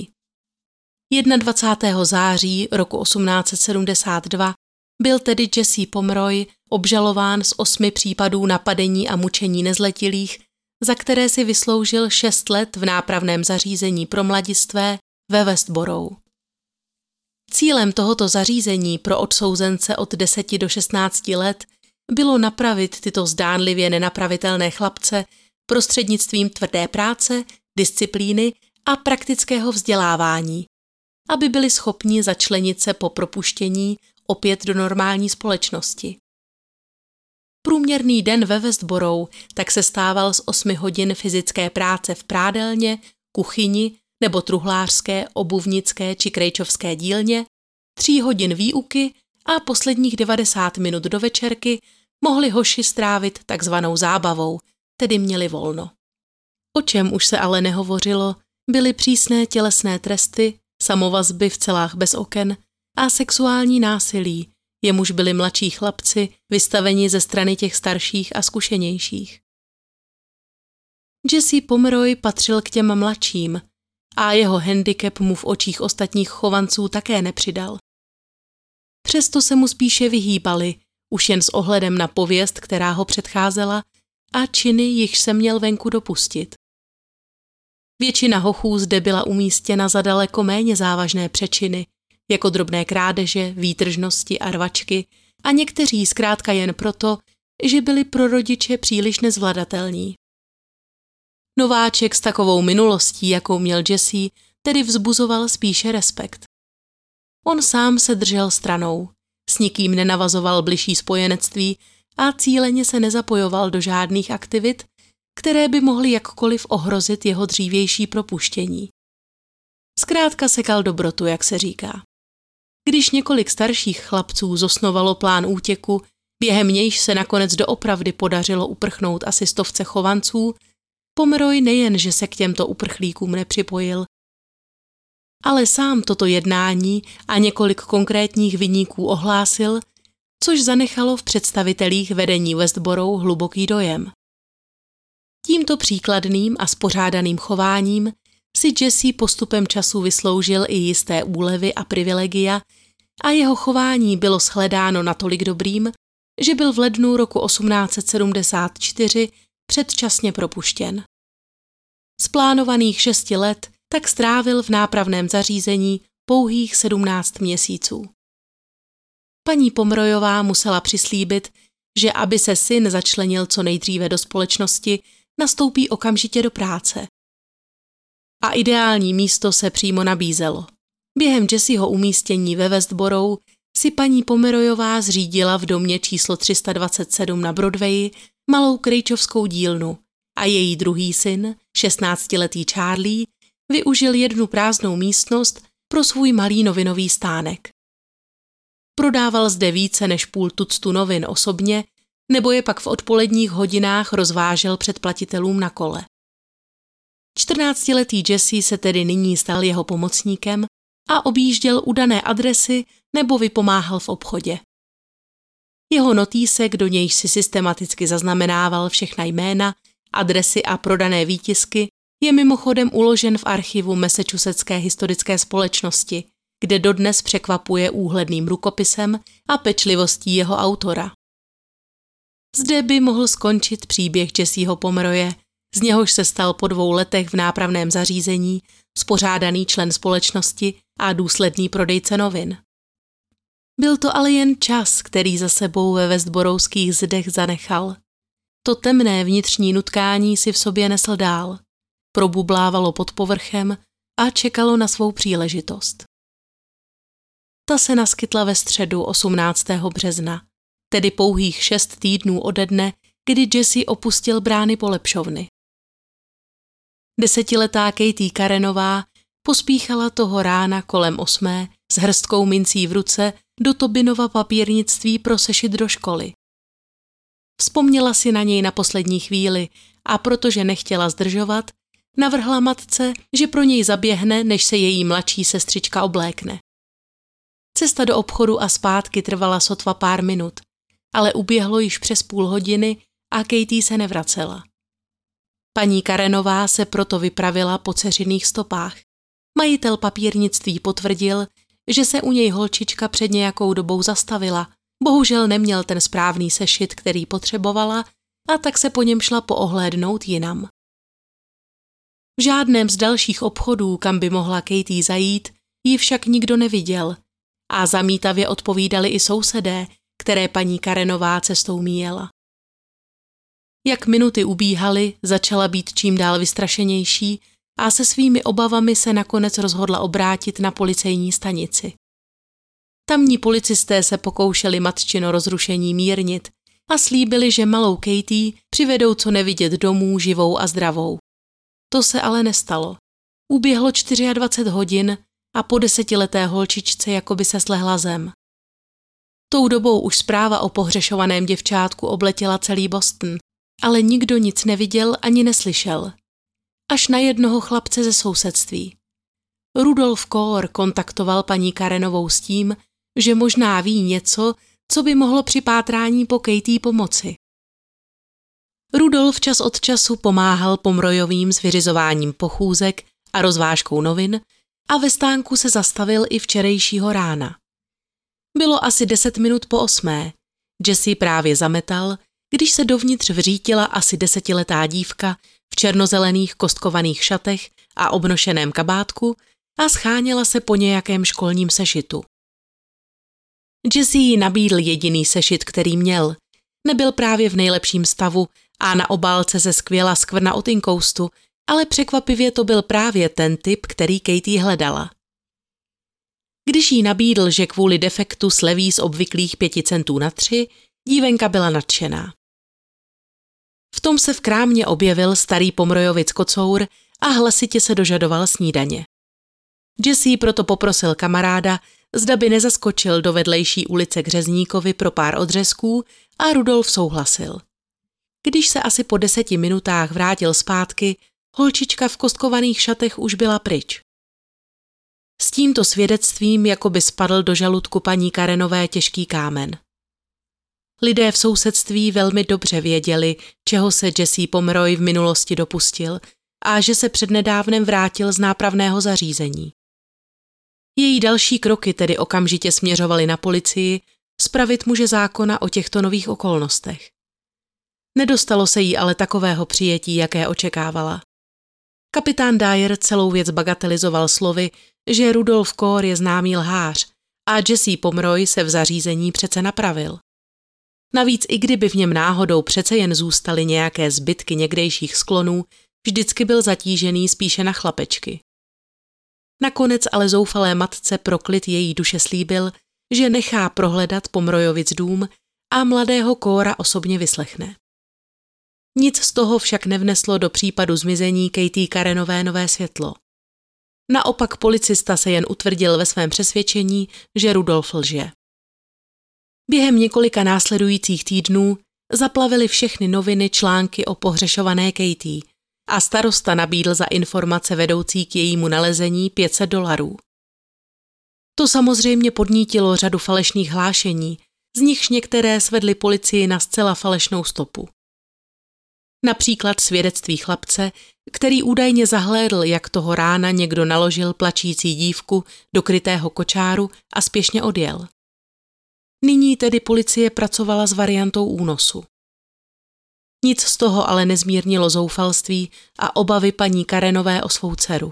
21. září roku 1872 byl tedy Jesse Pomeroy obžalován z 8 případů napadení a mučení nezletilých, za které si vysloužil 6 let v nápravném zařízení pro mladistvé ve Westborough. Cílem tohoto zařízení pro odsouzence od 10 do 16 let bylo napravit tyto zdánlivě nenapravitelné chlapce prostřednictvím tvrdé práce, disciplíny a praktického vzdělávání, aby byli schopni začlenit se po propuštění opět do normální společnosti. Průměrný den ve Westborough tak se stával z 8 hodin fyzické práce v prádelně, kuchyni nebo truhlářské, obuvnické či krejčovské dílně, 3 hodin výuky a posledních 90 minut do večerky mohli hoši strávit takzvanou zábavou, tedy měli volno. O čem už se ale nehovořilo, byly přísné tělesné tresty, samovazby v celách bez oken a sexuální násilí, jemuž byli mladší chlapci vystaveni ze strany těch starších a zkušenějších. Jesse Pomeroy patřil k těm mladším a jeho handicap mu v očích ostatních chovanců také nepřidal. Přesto se mu spíše vyhýbali, už jen s ohledem na pověst, která ho předcházela, a činy, jichž se měl venku dopustit. Většina hochů zde byla umístěna za daleko méně závažné přečiny, jako drobné krádeže, výtržnosti a rvačky, a někteří zkrátka jen proto, že byli pro rodiče příliš nezvladatelní. Nováček s takovou minulostí, jakou měl Jesse, tedy vzbuzoval spíše respekt. On sám se držel stranou, s nikým nenavazoval bližší spojenectví a cíleně se nezapojoval do žádných aktivit, které by mohly jakkoliv ohrozit jeho dřívější propuštění. Zkrátka sekal dobrotu, jak se říká. Když několik starších chlapců zosnovalo plán útěku, během nějž se nakonec doopravdy podařilo uprchnout asi 100 chovanců, Pomeroy nejen, že se k těmto uprchlíkům nepřipojil, ale sám toto jednání a několik konkrétních viníků ohlásil, což zanechalo v představitelích vedení Westborough hluboký dojem. Tímto příkladným a spořádaným chováním si Jesse postupem času vysloužil i jisté úlevy a privilegia a jeho chování bylo shledáno natolik dobrým, že byl v lednu roku 1874 předčasně propuštěn. Z plánovaných 6 let tak strávil v nápravném zařízení pouhých 17 měsíců. Paní Pomeroyová musela přislíbit, že aby se syn začlenil co nejdříve do společnosti, nastoupí okamžitě do práce. A ideální místo se přímo nabízelo. Během Jesseho umístění ve Westborough si paní Pomeroyová zřídila v domě číslo 327 na Broadwayi malou krejčovskou dílnu a její druhý syn, 16letý Charlie, využil jednu prázdnou místnost pro svůj malý novinový stánek. Prodával zde více než půl tuctu novin osobně, nebo je pak v odpoledních hodinách rozvážel předplatitelům na kole. 14letý Jesse se tedy nyní stal jeho pomocníkem a objížděl udané adresy nebo vypomáhal v obchodě. Jeho notýsek, do nějž si systematicky zaznamenával všechna jména, adresy a prodané výtisky, je mimochodem uložen v archivu Massachusettské historické společnosti, kde dodnes překvapuje úhledným rukopisem a pečlivostí jeho autora. Zde by mohl skončit příběh Jesseho Pomeroye, z něhož se stal po 2 letech v nápravném zařízení spořádaný člen společnosti a důsledný prodejce novin. Byl to ale jen čas, který za sebou ve westborouských zdech zanechal. To temné vnitřní nutkání si v sobě nesl dál, probublávalo pod povrchem a čekalo na svou příležitost. Ta se naskytla ve středu 18. března, tedy pouhých 6 týdnů ode dne, kdy Jesse opustil brány polepšovny. 10letá Katie Karenová pospíchala toho rána kolem 8 s hrstkou mincí v ruce do Tobinova papírnictví pro sešit do školy. Vzpomněla si na něj na poslední chvíli a protože nechtěla zdržovat, navrhla matce, že pro něj zaběhne, než se její mladší sestřička oblékne. Cesta do obchodu a zpátky trvala sotva pár minut, ale uběhlo již přes půl hodiny a Katie se nevracela. Paní Karenová se proto vypravila po dceřiných stopách. Majitel papírnictví potvrdil, že se u něj holčička před nějakou dobou zastavila, bohužel neměl ten správný sešit, který potřebovala, a tak se po něm šla poohlédnout jinam. V žádném z dalších obchodů, kam by mohla Katie zajít, ji však nikdo neviděl a zamítavě odpovídali i sousedé, které paní Karenová cestou míjela. Jak minuty ubíhaly, začala být čím dál vystrašenější a se svými obavami se nakonec rozhodla obrátit na policejní stanici. Tamní policisté se pokoušeli matčino rozrušení mírnit a slíbili, že malou Katie přivedou co nevidět domů živou a zdravou. To se ale nestalo. Uběhlo 24 hodin a po 10leté holčičce jakoby se slehla zem. Tou dobou už zpráva o pohřešovaném děvčátku obletěla celý Boston, ale nikdo nic neviděl ani neslyšel. Až na jednoho chlapce ze sousedství. Rudolf Kohr kontaktoval paní Karenovou s tím, že možná ví něco, co by mohlo při pátrání po Katie pomoci. Rudolf čas od času pomáhal Pomeroyovým s vyřizováním pochůzek a rozvážkou novin a ve stánku se zastavil i včerejšího rána. Bylo asi 10 minut po 8. Jesse právě zametal, když se dovnitř vřítila asi 10letá dívka v černozelených kostkovaných šatech a obnošeném kabátku a scháněla se po nějakém školním sešitu. Jesse jí nabídl jediný sešit, který měl. Nebyl právě v nejlepším stavu a na obálce se skvěla skvrna od inkoustu, ale překvapivě to byl právě ten typ, který Katie hledala. Když jí nabídl, že kvůli defektu sleví z obvyklých 5 centů na 3, dívenka byla nadšená. V tom se v krámě objevil starý Pomeroyovic kocour a hlasitě se dožadoval snídaně. Jesse proto poprosil kamaráda, zda by nezaskočil do vedlejší ulice k řezníkovi pro pár odřezků a Rudolf souhlasil. Když se asi po 10 minutách vrátil zpátky, holčička v kostkovaných šatech už byla pryč. S tímto svědectvím jakoby spadl do žaludku paní Karenové těžký kámen. Lidé v sousedství velmi dobře věděli, čeho se Jesse Pomeroy v minulosti dopustil a že se přednedávnem vrátil z nápravného zařízení. Její další kroky tedy okamžitě směřovaly na policii spravit muže zákona o těchto nových okolnostech. Nedostalo se jí ale takového přijetí, jaké očekávala. Kapitán Dyer celou věc bagatelizoval slovy, že Rudolf Kohr je známý lhář a Jesse Pomeroy se v zařízení přece napravil. Navíc i kdyby v něm náhodou přece jen zůstaly nějaké zbytky někdejších sklonů, vždycky byl zatížený spíše na chlapečky. Nakonec ale zoufalé matce pro klid její duše slíbil, že nechá prohledat Pomeroyovic dům a mladého Kohra osobně vyslechne. Nic z toho však nevneslo do případu zmizení Katie Karenové nové světlo. Naopak policista se jen utvrdil ve svém přesvědčení, že Rudolf lže. Během několika následujících týdnů zaplavily všechny noviny články o pohřešované Katie a starosta nabídl za informace vedoucí k jejímu nalezení $500. To samozřejmě podnítilo řadu falešných hlášení z nichž některé svedly policii na zcela falešnou stopu. Například svědectví chlapce, který údajně zahlédl, jak toho rána někdo naložil plačící dívku do krytého kočáru a spěšně odjel. Nyní tedy policie pracovala s variantou únosu. Nic z toho ale nezmírnilo zoufalství a obavy paní Karenové o svou dceru.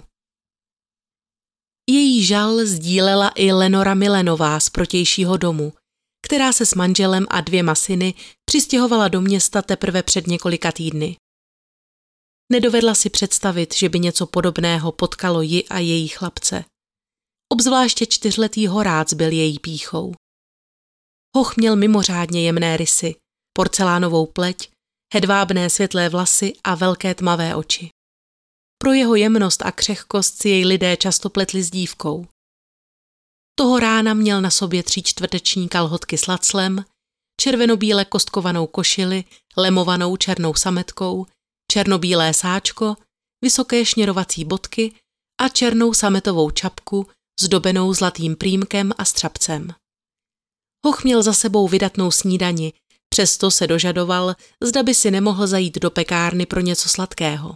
Její žal sdílela i Lenora Milenová z protějšího domu, která se s manželem a 2 syny přistěhovala do města teprve před několika týdny. Nedovedla si představit, že by něco podobného potkalo ji a její chlapce. Obzvláště 4letý Horác byl její pýchou. Hoch měl mimořádně jemné rysy, porcelánovou pleť, hedvábné světlé vlasy a velké tmavé oči. Pro jeho jemnost a křehkost si jej lidé často pletli s dívkou. Toho rána měl na sobě 3/4 kalhotky s laclem, červenobíle kostkovanou košili, lemovanou černou sametkou, černobílé sáčko, vysoké šněrovací bodky a černou sametovou čapku zdobenou zlatým prýmkem a střapcem. Hoch měl za sebou vydatnou snídani, přesto se dožadoval, zda by si nemohl zajít do pekárny pro něco sladkého.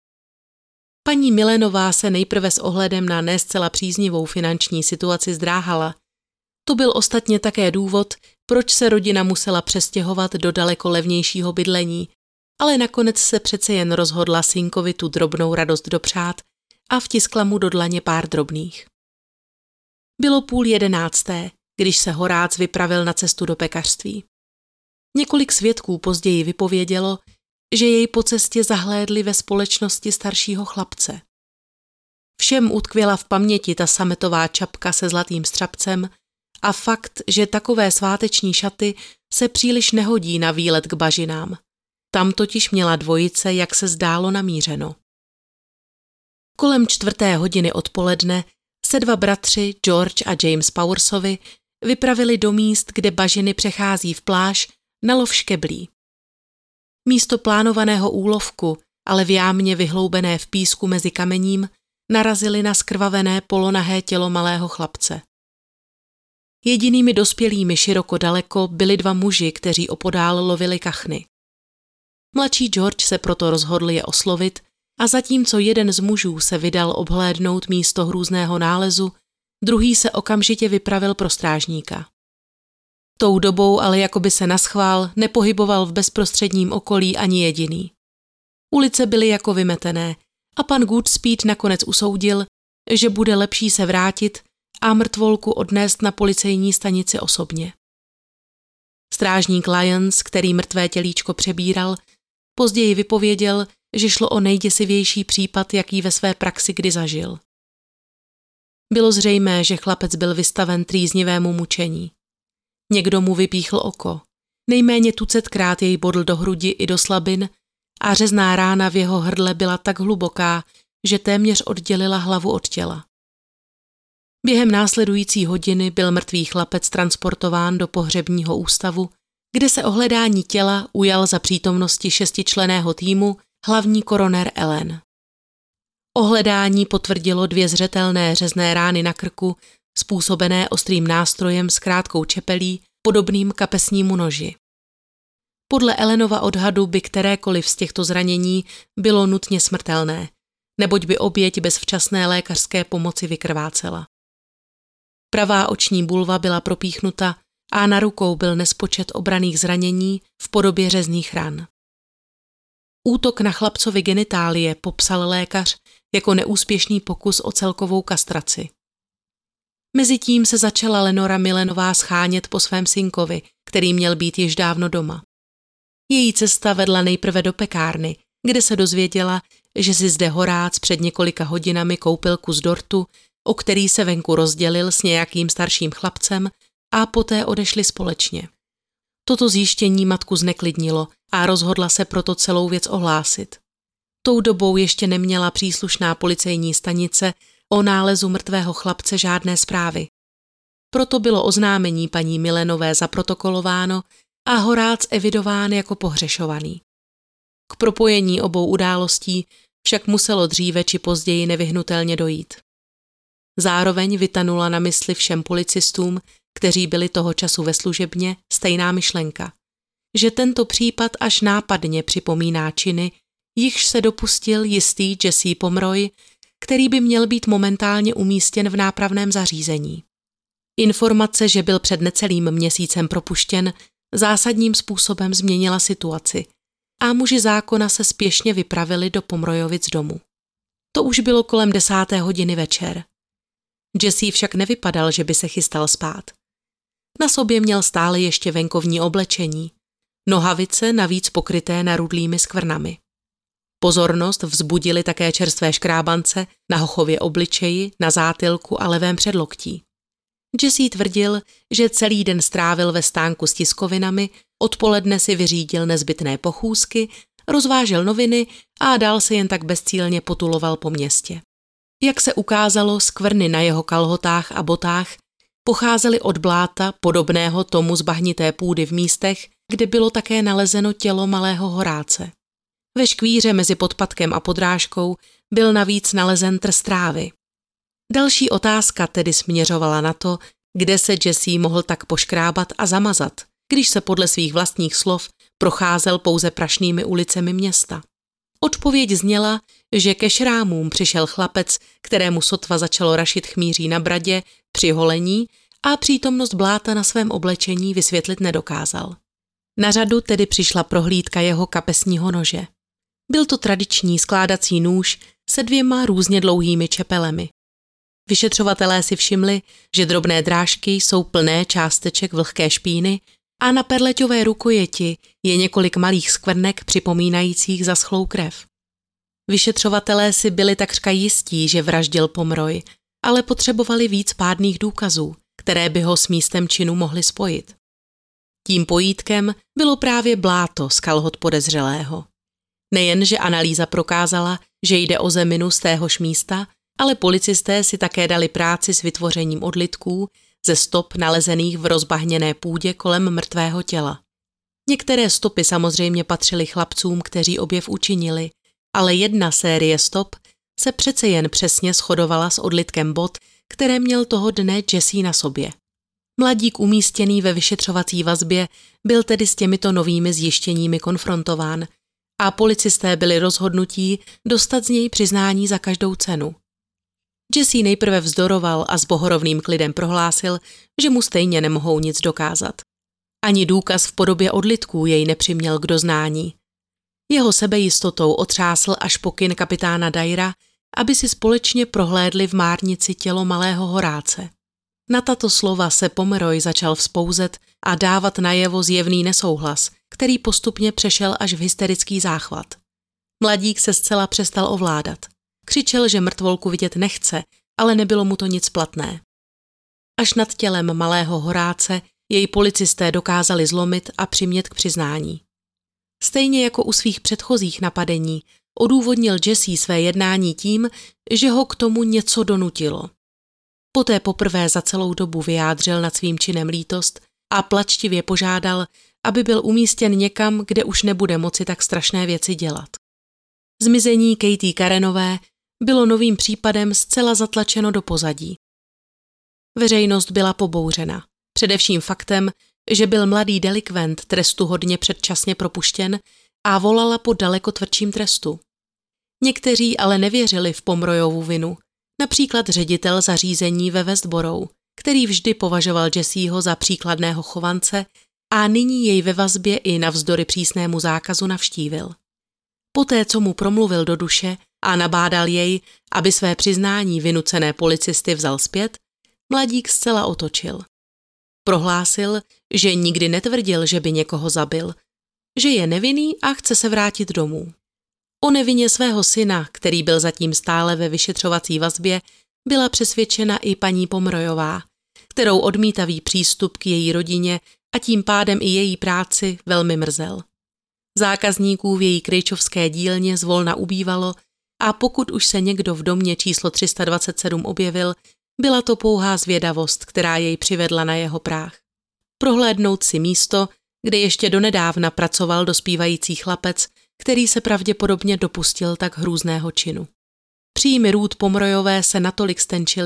Paní Milenová se nejprve s ohledem na ne zcela příznivou finanční situaci zdráhala. To byl ostatně také důvod, proč se rodina musela přestěhovat do daleko levnějšího bydlení, ale nakonec se přece jen rozhodla synkovi tu drobnou radost dopřát a vtiskla mu do dlaně pár drobných. Bylo 10:30, když se Horác vypravil na cestu do pekařství. Několik svědků později vypovědělo, že jej po cestě zahlédli ve společnosti staršího chlapce. Všem utkvěla v paměti ta sametová čapka se zlatým střapcem a fakt, že takové sváteční šaty se příliš nehodí na výlet k bažinám. Tam totiž měla dvojice, jak se zdálo, namířeno. Kolem 4:00 odpoledne se 2 bratři, George a James Powersovi, vypravili do míst, kde bažiny přechází v pláž, na lov škeblí. Místo plánovaného úlovku, ale v jámě vyhloubené v písku mezi kamením, narazili na skrvavené polonahé tělo malého chlapce. Jedinými dospělými široko daleko byli 2 muži, kteří opodál lovili kachny. Mladší George se proto rozhodl je oslovit a zatímco jeden z mužů se vydal obhlédnout místo hrůzného nálezu, druhý se okamžitě vypravil pro strážníka. Tou dobou ale jakoby se naschvál nepohyboval v bezprostředním okolí ani jediný. Ulice byly jako vymetené a pan Goodspeed nakonec usoudil, že bude lepší se vrátit a mrtvolku odnést na policejní stanici osobně. Strážník Lyons, který mrtvé tělíčko přebíral, později vypověděl, že šlo o nejděsivější případ, jaký ve své praxi kdy zažil. Bylo zřejmé, že chlapec byl vystaven trýznivému mučení. Někdo mu vypíchl oko, nejméně tucetkrát jej bodl do hrudi i do slabin a řezná rána v jeho hrdle byla tak hluboká, že téměř oddělila hlavu od těla. Během následující hodiny byl mrtvý chlapec transportován do pohřebního ústavu, kde se o hledání těla ujal za přítomnosti 6členného týmu hlavní koroner Allen. Ohledání potvrdilo 2 zřetelné řezné rány na krku, způsobené ostrým nástrojem s krátkou čepelí, podobným kapesnímu noži. Podle Allenova odhadu by kterékoliv z těchto zranění bylo nutně smrtelné, neboť by oběť bez včasné lékařské pomoci vykrvácela. Pravá oční bulva byla propíchnuta a na rukou byl nespočet obranných zranění v podobě řezných ran. Útok na chlapcovi genitálie popsal lékař jako neúspěšný pokus o celkovou kastraci. Mezitím se začala Lenora Milenová schánět po svém synkovi, který měl být již dávno doma. Její cesta vedla nejprve do pekárny, kde se dozvěděla, že si zde Horác před několika hodinami koupil kus dortu, o který se venku rozdělil s nějakým starším chlapcem a poté odešli společně. Toto zjištění matku zneklidnilo a rozhodla se proto celou věc ohlásit. Tou dobou ještě neměla příslušná policejní stanice o nálezu mrtvého chlapce žádné zprávy. Proto bylo oznámení paní Milenové zaprotokolováno a Horác evidován jako pohřešovaný. K propojení obou událostí však muselo dříve či později nevyhnutelně dojít. Zároveň vytanula na mysli všem policistům, kteří byli toho času ve služebně, stejná myšlenka, že tento případ až nápadně připomíná činy, jichž se dopustil jistý Jesse Pomeroy, který by měl být momentálně umístěn v nápravném zařízení. Informace, že byl před necelým měsícem propuštěn, zásadním způsobem změnila situaci a muži zákona se spěšně vypravili do Pomeroyovic domu. To už bylo kolem 10. hodiny večer. Jesse však nevypadal, že by se chystal spát. Na sobě měl stále ještě venkovní oblečení, nohavice navíc pokryté narudlými skvrnami. Pozornost vzbudily také čerstvé škrábance na hochově obličeji, na zátylku a levém předloktí. Jesse tvrdil, že celý den strávil ve stánku s tiskovinami, odpoledne si vyřídil nezbytné pochůzky, rozvážel noviny a dál se jen tak bezcílně potuloval po městě. Jak se ukázalo, skvrny na jeho kalhotách a botách pocházely od bláta podobného tomu z bahnité půdy v místech, kde bylo také nalezeno tělo malého Horáce. Ve škvíře mezi podpatkem a podrážkou byl navíc nalezen trst trávy. Další otázka tedy směřovala na to, kde se Jesse mohl tak poškrábat a zamazat, když se podle svých vlastních slov procházel pouze prašnými ulicemi města. Odpověď zněla, že ke šrámům přišel chlapec, kterému sotva začalo rašit chmýří na bradě při holení a přítomnost bláta na svém oblečení vysvětlit nedokázal. Na řadu tedy přišla prohlídka jeho kapesního nože. Byl to tradiční skládací nůž se 2 různě dlouhými čepelemi. Vyšetřovatelé si všimli, že drobné drážky jsou plné částeček vlhké špíny a na perleťové rukojeti je několik malých skvrnek připomínajících zaschlou krev. Vyšetřovatelé si byli takřka jistí, že vraždil Pomeroy, ale potřebovali víc pádných důkazů, které by ho s místem činu mohly spojit. Tím pojítkem bylo právě bláto z kalhot podezřelého. Nejen, že analýza prokázala, že jde o zeminu z téhož místa, ale policisté si také dali práci s vytvořením odlitků ze stop nalezených v rozbahněné půdě kolem mrtvého těla. Některé stopy samozřejmě patřily chlapcům, kteří objev učinili, ale jedna série stop se přece jen přesně shodovala s odlitkem bot, které měl toho dne Jesse na sobě. Mladík umístěný ve vyšetřovací vazbě byl tedy s těmito novými zjištěními konfrontován a policisté byli rozhodnutí dostat z něj přiznání za každou cenu. Jesse nejprve vzdoroval a s bohorovným klidem prohlásil, že mu stejně nemohou nic dokázat. Ani důkaz v podobě odlitků jej nepřiměl k doznání. Jeho sebejistotou otřásl až pokyn kapitána Dyera, aby si společně prohlédli v márnici tělo malého Horáce. Na tato slova se Pomeroy začal vzpouzet a dávat najevo zjevný nesouhlas, který postupně přešel až v hysterický záchvat. Mladík se zcela přestal ovládat. Křičel, že mrtvolku vidět nechce, ale nebylo mu to nic platné. Až nad tělem malého Horáce jej policisté dokázali zlomit a přimět k přiznání. Stejně jako u svých předchozích napadení odůvodnil Jesse své jednání tím, že ho k tomu něco donutilo. Poté poprvé za celou dobu vyjádřil nad svým činem lítost a plačtivě požádal, aby byl umístěn někam, kde už nebude moci tak strašné věci dělat. Zmizení Katie Karenové bylo novým případem zcela zatlačeno do pozadí. Veřejnost byla pobouřena, především faktem, že byl mladý delikvent trestuhodně předčasně propuštěn a volala po daleko tvrdším trestu. Někteří ale nevěřili v Pomeroyovu vinu, například ředitel zařízení ve Westborough, který vždy považoval Jesseho za příkladného chovance a nyní jej ve vazbě i navzdory přísnému zákazu navštívil. Poté, co mu promluvil do duše a nabádal jej, aby své přiznání vynucené policisty vzal zpět, mladík zcela otočil. Prohlásil, že nikdy netvrdil, že by někoho zabil, že je nevinný a chce se vrátit domů. O nevině svého syna, který byl zatím stále ve vyšetřovací vazbě, byla přesvědčena i paní Pomeroyová, kterou odmítavý přístup k její rodině a tím pádem i její práci velmi mrzel. Zákazníků v její krejčovské dílně zvolna ubývalo a pokud už se někdo v domě číslo 327 objevil, byla to pouhá zvědavost, která jej přivedla na jeho práh. Prohlédnout si místo, kde ještě donedávna pracoval dospívající chlapec, který se pravděpodobně dopustil tak hrůzného činu. Příjmy Ruth Pomeroyové se natolik stenčily,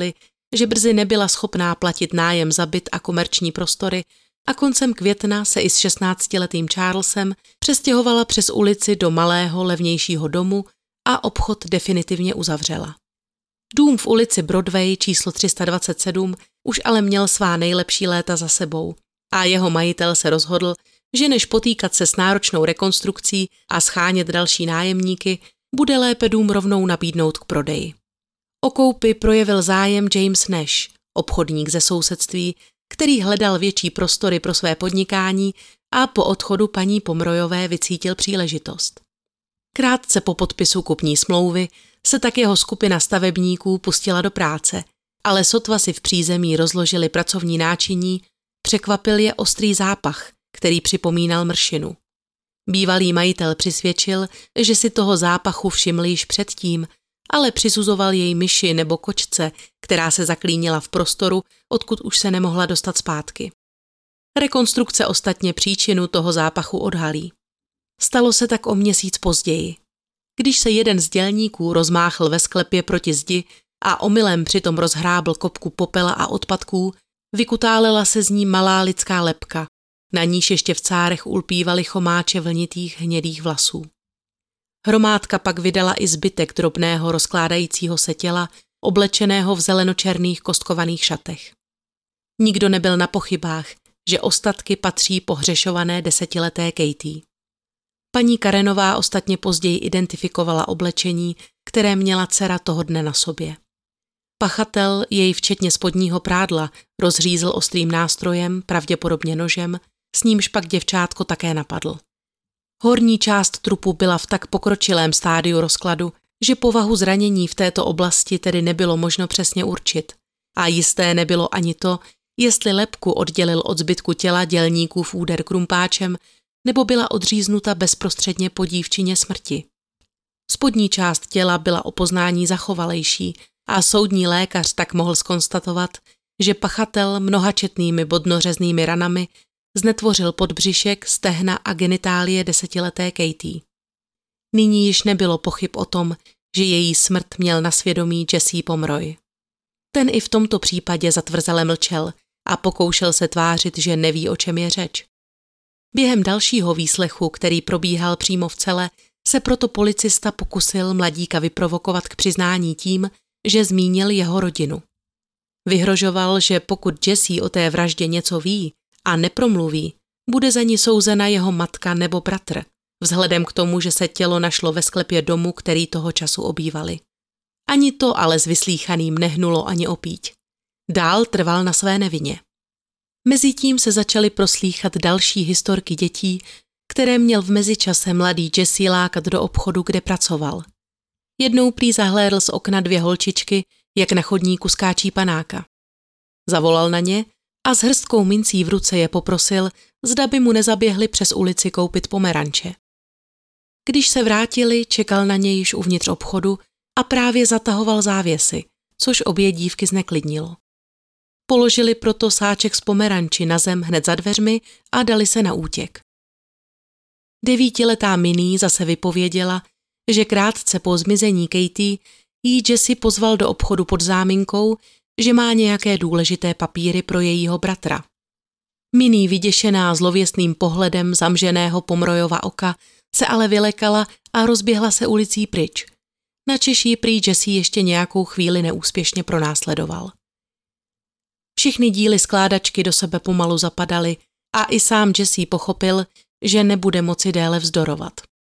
že brzy nebyla schopná platit nájem za byt a komerční prostory a koncem května se i s 16letým Charlesem přestěhovala přes ulici do malého, levnějšího domu a obchod definitivně uzavřela. Dům v ulici Broadway číslo 327 už ale měl svá nejlepší léta za sebou a jeho majitel se rozhodl, že než potýkat se s náročnou rekonstrukcí a schánět další nájemníky, bude lépe dům rovnou nabídnout k prodeji. O koupi projevil zájem James Nash, obchodník ze sousedství, který hledal větší prostory pro své podnikání a po odchodu paní Pomeroyové vycítil příležitost. Krátce po podpisu kupní smlouvy se tak jeho skupina stavebníků pustila do práce, ale sotva si v přízemí rozložili pracovní náčiní, překvapil je ostrý zápach, který připomínal mršinu. Bývalý majitel přisvědčil, že si toho zápachu všiml již předtím, ale přisuzoval jej myši nebo kočce, která se zaklínila v prostoru, odkud už se nemohla dostat zpátky. Rekonstrukce ostatně příčinu toho zápachu odhalí. Stalo se tak o měsíc později. Když se jeden z dělníků rozmáchl ve sklepě proti zdi a omylem přitom rozhrábl kopku popela a odpadků, vykutálela se z ní malá lidská lebka, na níž ještě v cárech ulpívaly chomáče vlnitých hnědých vlasů. Hromádka pak vydala i zbytek drobného rozkládajícího se těla, oblečeného v zelenočerných kostkovaných šatech. Nikdo nebyl na pochybách, že ostatky patří pohřešované 10leté Katie. Paní Karenová ostatně později identifikovala oblečení, které měla dcera toho dne na sobě. Pachatel jej včetně spodního prádla rozřízl ostrým nástrojem, pravděpodobně nožem, s nímž pak děvčátko také napadl. Horní část trupu byla v tak pokročilém stádiu rozkladu, že povahu zranění v této oblasti tedy nebylo možno přesně určit. A jisté nebylo ani to, jestli lebku oddělil od zbytku těla dělníkův úder krumpáčem, nebo byla odříznuta bezprostředně po dívčině smrti. Spodní část těla byla o poznání zachovalejší a soudní lékař tak mohl zkonstatovat, že pachatel mnohačetnými bodnořeznými ranami znetvořil podbřišek, stehna a genitálie 10leté Katie. Nyní již nebylo pochyb o tom, že její smrt měl na svědomí Jesse Pomeroy. Ten i v tomto případě zatvrzele mlčel a pokoušel se tvářit, že neví, o čem je řeč. Během dalšího výslechu, který probíhal přímo v cele, se proto policista pokusil mladíka vyprovokovat k přiznání tím, že zmínil jeho rodinu. Vyhrožoval, že pokud Jesse o té vraždě něco ví a nepromluví, bude za ní souzena jeho matka nebo bratr, vzhledem k tomu, že se tělo našlo ve sklepě domu, který toho času obývali. Ani to ale s vyslýchaným nehnulo ani opíť. Dál trval na své nevině. Mezitím se začaly proslýchat další historky dětí, které měl v mezičase mladý Jesse lákat do obchodu, kde pracoval. Jednou prý zahlédl z okna 2 holčičky, jak na chodníku skáčí panáka. Zavolal na ně a s hrstkou mincí v ruce je poprosil, zda by mu nezaběhli přes ulici koupit pomeranče. Když se vrátili, čekal na ně již uvnitř obchodu a právě zatahoval závěsy, což obě dívky zneklidnilo. Položili proto sáček z pomeranči na zem hned za dveřmi a dali se na útěk. 9letá Minnie zase vypověděla, že krátce po zmizení Katie jí Jesse pozval do obchodu pod záminkou, že má nějaké důležité papíry pro jejího bratra. Minnie, vyděšená zlověstným pohledem zamženého Pomeroyova oka, se ale vylekala a rozběhla se ulicí pryč. Načež ji prý Jesse ještě nějakou chvíli neúspěšně pronásledoval. Všechny díly skládačky do sebe pomalu zapadaly a i sám Jesse pochopil, že nebude moci déle vzdorovat.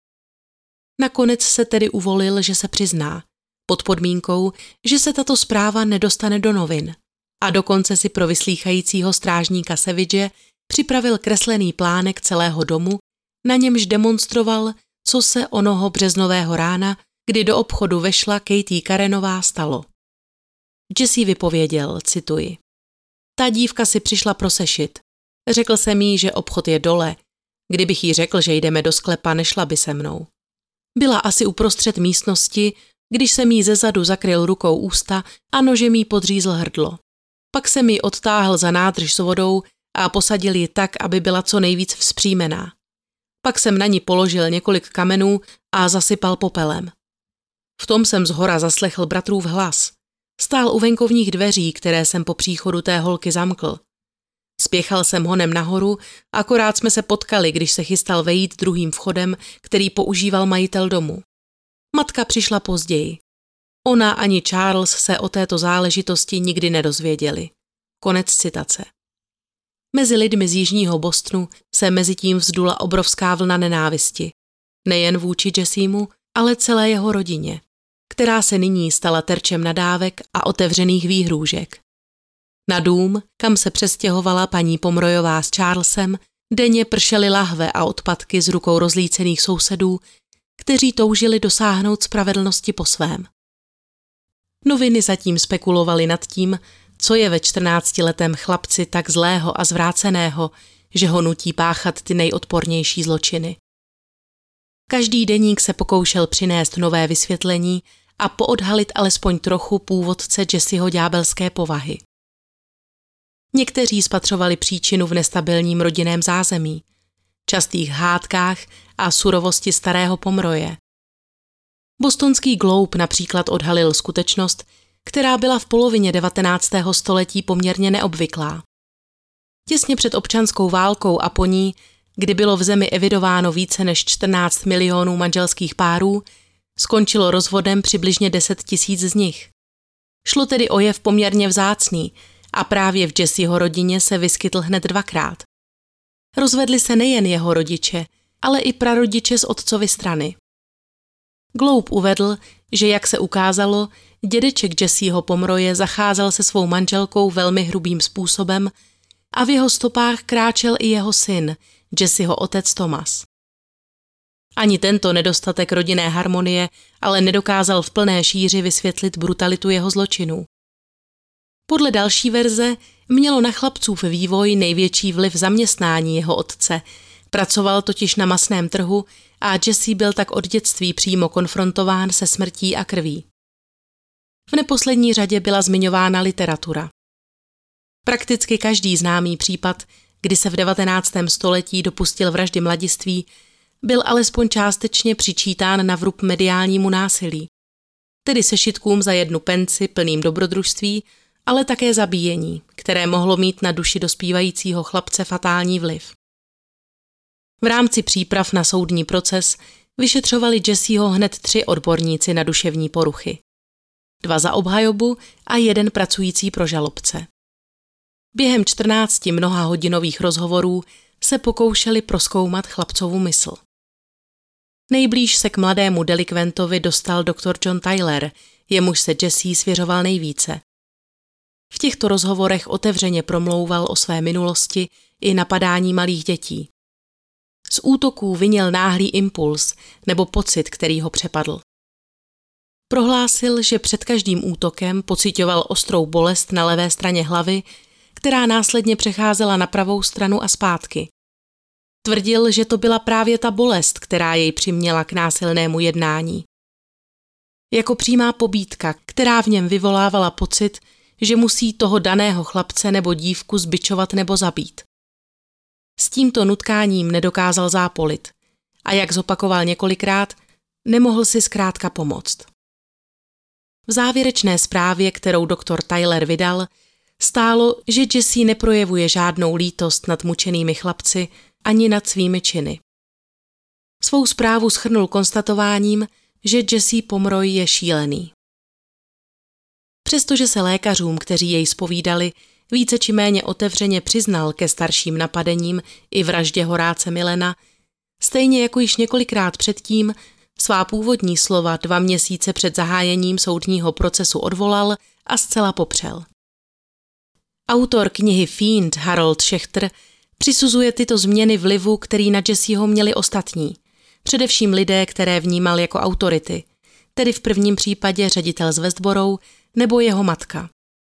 Nakonec se tedy uvolil, že se přizná, pod podmínkou, že se tato zpráva nedostane do novin, a dokonce si pro vyslýchajícího strážníka Savage připravil kreslený plánek celého domu, na němž demonstroval, co se onoho březnového rána, kdy do obchodu vešla Katie Karenová, stalo. Jesse vypověděl, cituji: Ta dívka si přišla pro sešit. Řekl jsem jí, že obchod je dole. Kdybych jí řekl, že jdeme do sklepa, nešla by se mnou. Byla asi uprostřed místnosti, když jsem jí zezadu zakryl rukou ústa a nožem jí podřízl hrdlo. Pak jsem ji odtáhl za nádrž s vodou a posadil ji tak, aby byla co nejvíc vzpřímená. Pak jsem na ní položil několik kamenů a zasypal popelem. V tom jsem zhora zaslechl bratrův hlas. Stál u venkovních dveří, které jsem po příchodu té holky zamkl. Spěchal jsem honem nahoru, akorát jsme se potkali, když se chystal vejít druhým vchodem, který používal majitel domu. Matka přišla později. Ona ani Charles se o této záležitosti nikdy nedozvěděli. Konec citace. Mezi lidmi z jižního Bostonu se mezitím vzdula obrovská vlna nenávisti. Nejen vůči Jessiemu, ale celé jeho rodině, která se nyní stala terčem nadávek a otevřených výhrůžek. Na dům, kam se přestěhovala paní Pomrojová s Charlesem, denně pršely lahve a odpadky z rukou rozlícených sousedů, kteří toužili dosáhnout spravedlnosti po svém. Noviny zatím spekulovaly nad tím, co je ve 14letém chlapci tak zlého a zvráceného, že ho nutí páchat ty nejodpornější zločiny. Každý deník se pokoušel přinést nové vysvětlení a poodhalit alespoň trochu původce Jessieho ďábelské povahy. Někteří spatřovali příčinu v nestabilním rodinném zázemí, častých hádkách a surovosti starého Pomroje. Bostonský Globe například odhalil skutečnost, která byla v polovině 19. století poměrně neobvyklá. Těsně před občanskou válkou a po ní, kdy bylo v zemi evidováno více než 14 milionů manželských párů, skončilo rozvodem přibližně 10 000 z nich. Šlo tedy o jev poměrně vzácný a právě v Jessieho rodině se vyskytl hned dvakrát. Rozvedli se nejen jeho rodiče, ale i prarodiče z otcovy strany. Globe uvedl, že jak se ukázalo, dědeček Jessieho Pomroje zacházel se svou manželkou velmi hrubým způsobem a v jeho stopách kráčel i jeho syn, Jessieho otec Thomas. Ani tento nedostatek rodinné harmonie ale nedokázal v plné šíři vysvětlit brutalitu jeho zločinů. Podle další verze mělo na chlapcův vývoj největší vliv zaměstnání jeho otce. Pracoval totiž na masném trhu a Jessie byl tak od dětství přímo konfrontován se smrtí a krví. V neposlední řadě byla zmiňována literatura. Prakticky každý známý případ, kdy se v 19. století dopustil vraždy mladiství, byl alespoň částečně přičítán na vrub mediálnímu násilí, tedy sešitkům za 1 penci plným dobrodružství, ale také zabíjení, které mohlo mít na duši dospívajícího chlapce fatální vliv. V rámci příprav na soudní proces vyšetřovali Jessieho hned 3 odborníci na duševní poruchy. 2 za obhajobu a 1 pracující pro žalobce. Během 14 mnohahodinových rozhovorů se pokoušeli prozkoumat chlapcovu mysl. Nejblíž se k mladému delikventovi dostal doktor John Tyler, jemuž se Jessie svěřoval nejvíce. V těchto rozhovorech otevřeně promlouval o své minulosti i napadání malých dětí. Z útoků vinil náhlý impuls nebo pocit, který ho přepadl. Prohlásil, že před každým útokem pociťoval ostrou bolest na levé straně hlavy, která následně přecházela na pravou stranu a zpátky. Tvrdil, že to byla právě ta bolest, která jej přiměla k násilnému jednání. Jako přímá pobídka, která v něm vyvolávala pocit, že musí toho daného chlapce nebo dívku zbičovat nebo zabít. S tímto nutkáním nedokázal zápolit a jak zopakoval několikrát, nemohl si zkrátka pomoct. V závěrečné zprávě, kterou doktor Tyler vydal, stálo, že Jessie neprojevuje žádnou lítost nad mučenými chlapci ani nad svými činy. Svou zprávu shrnul konstatováním, že Jessie Pomroy je šílený. Přestože se lékařům, kteří jej zpovídali, více či méně otevřeně přiznal ke starším napadením i vraždě Horáce Millena, stejně jako již několikrát předtím svá původní slova 2 měsíce před zahájením soudního procesu odvolal a zcela popřel. Autor knihy Fiend Harold Schechter přisuzuje tyto změny vlivu, který na Jessieho měli ostatní, především lidé, které vnímal jako autority, tedy v prvním případě ředitel z Westborough nebo jeho matka.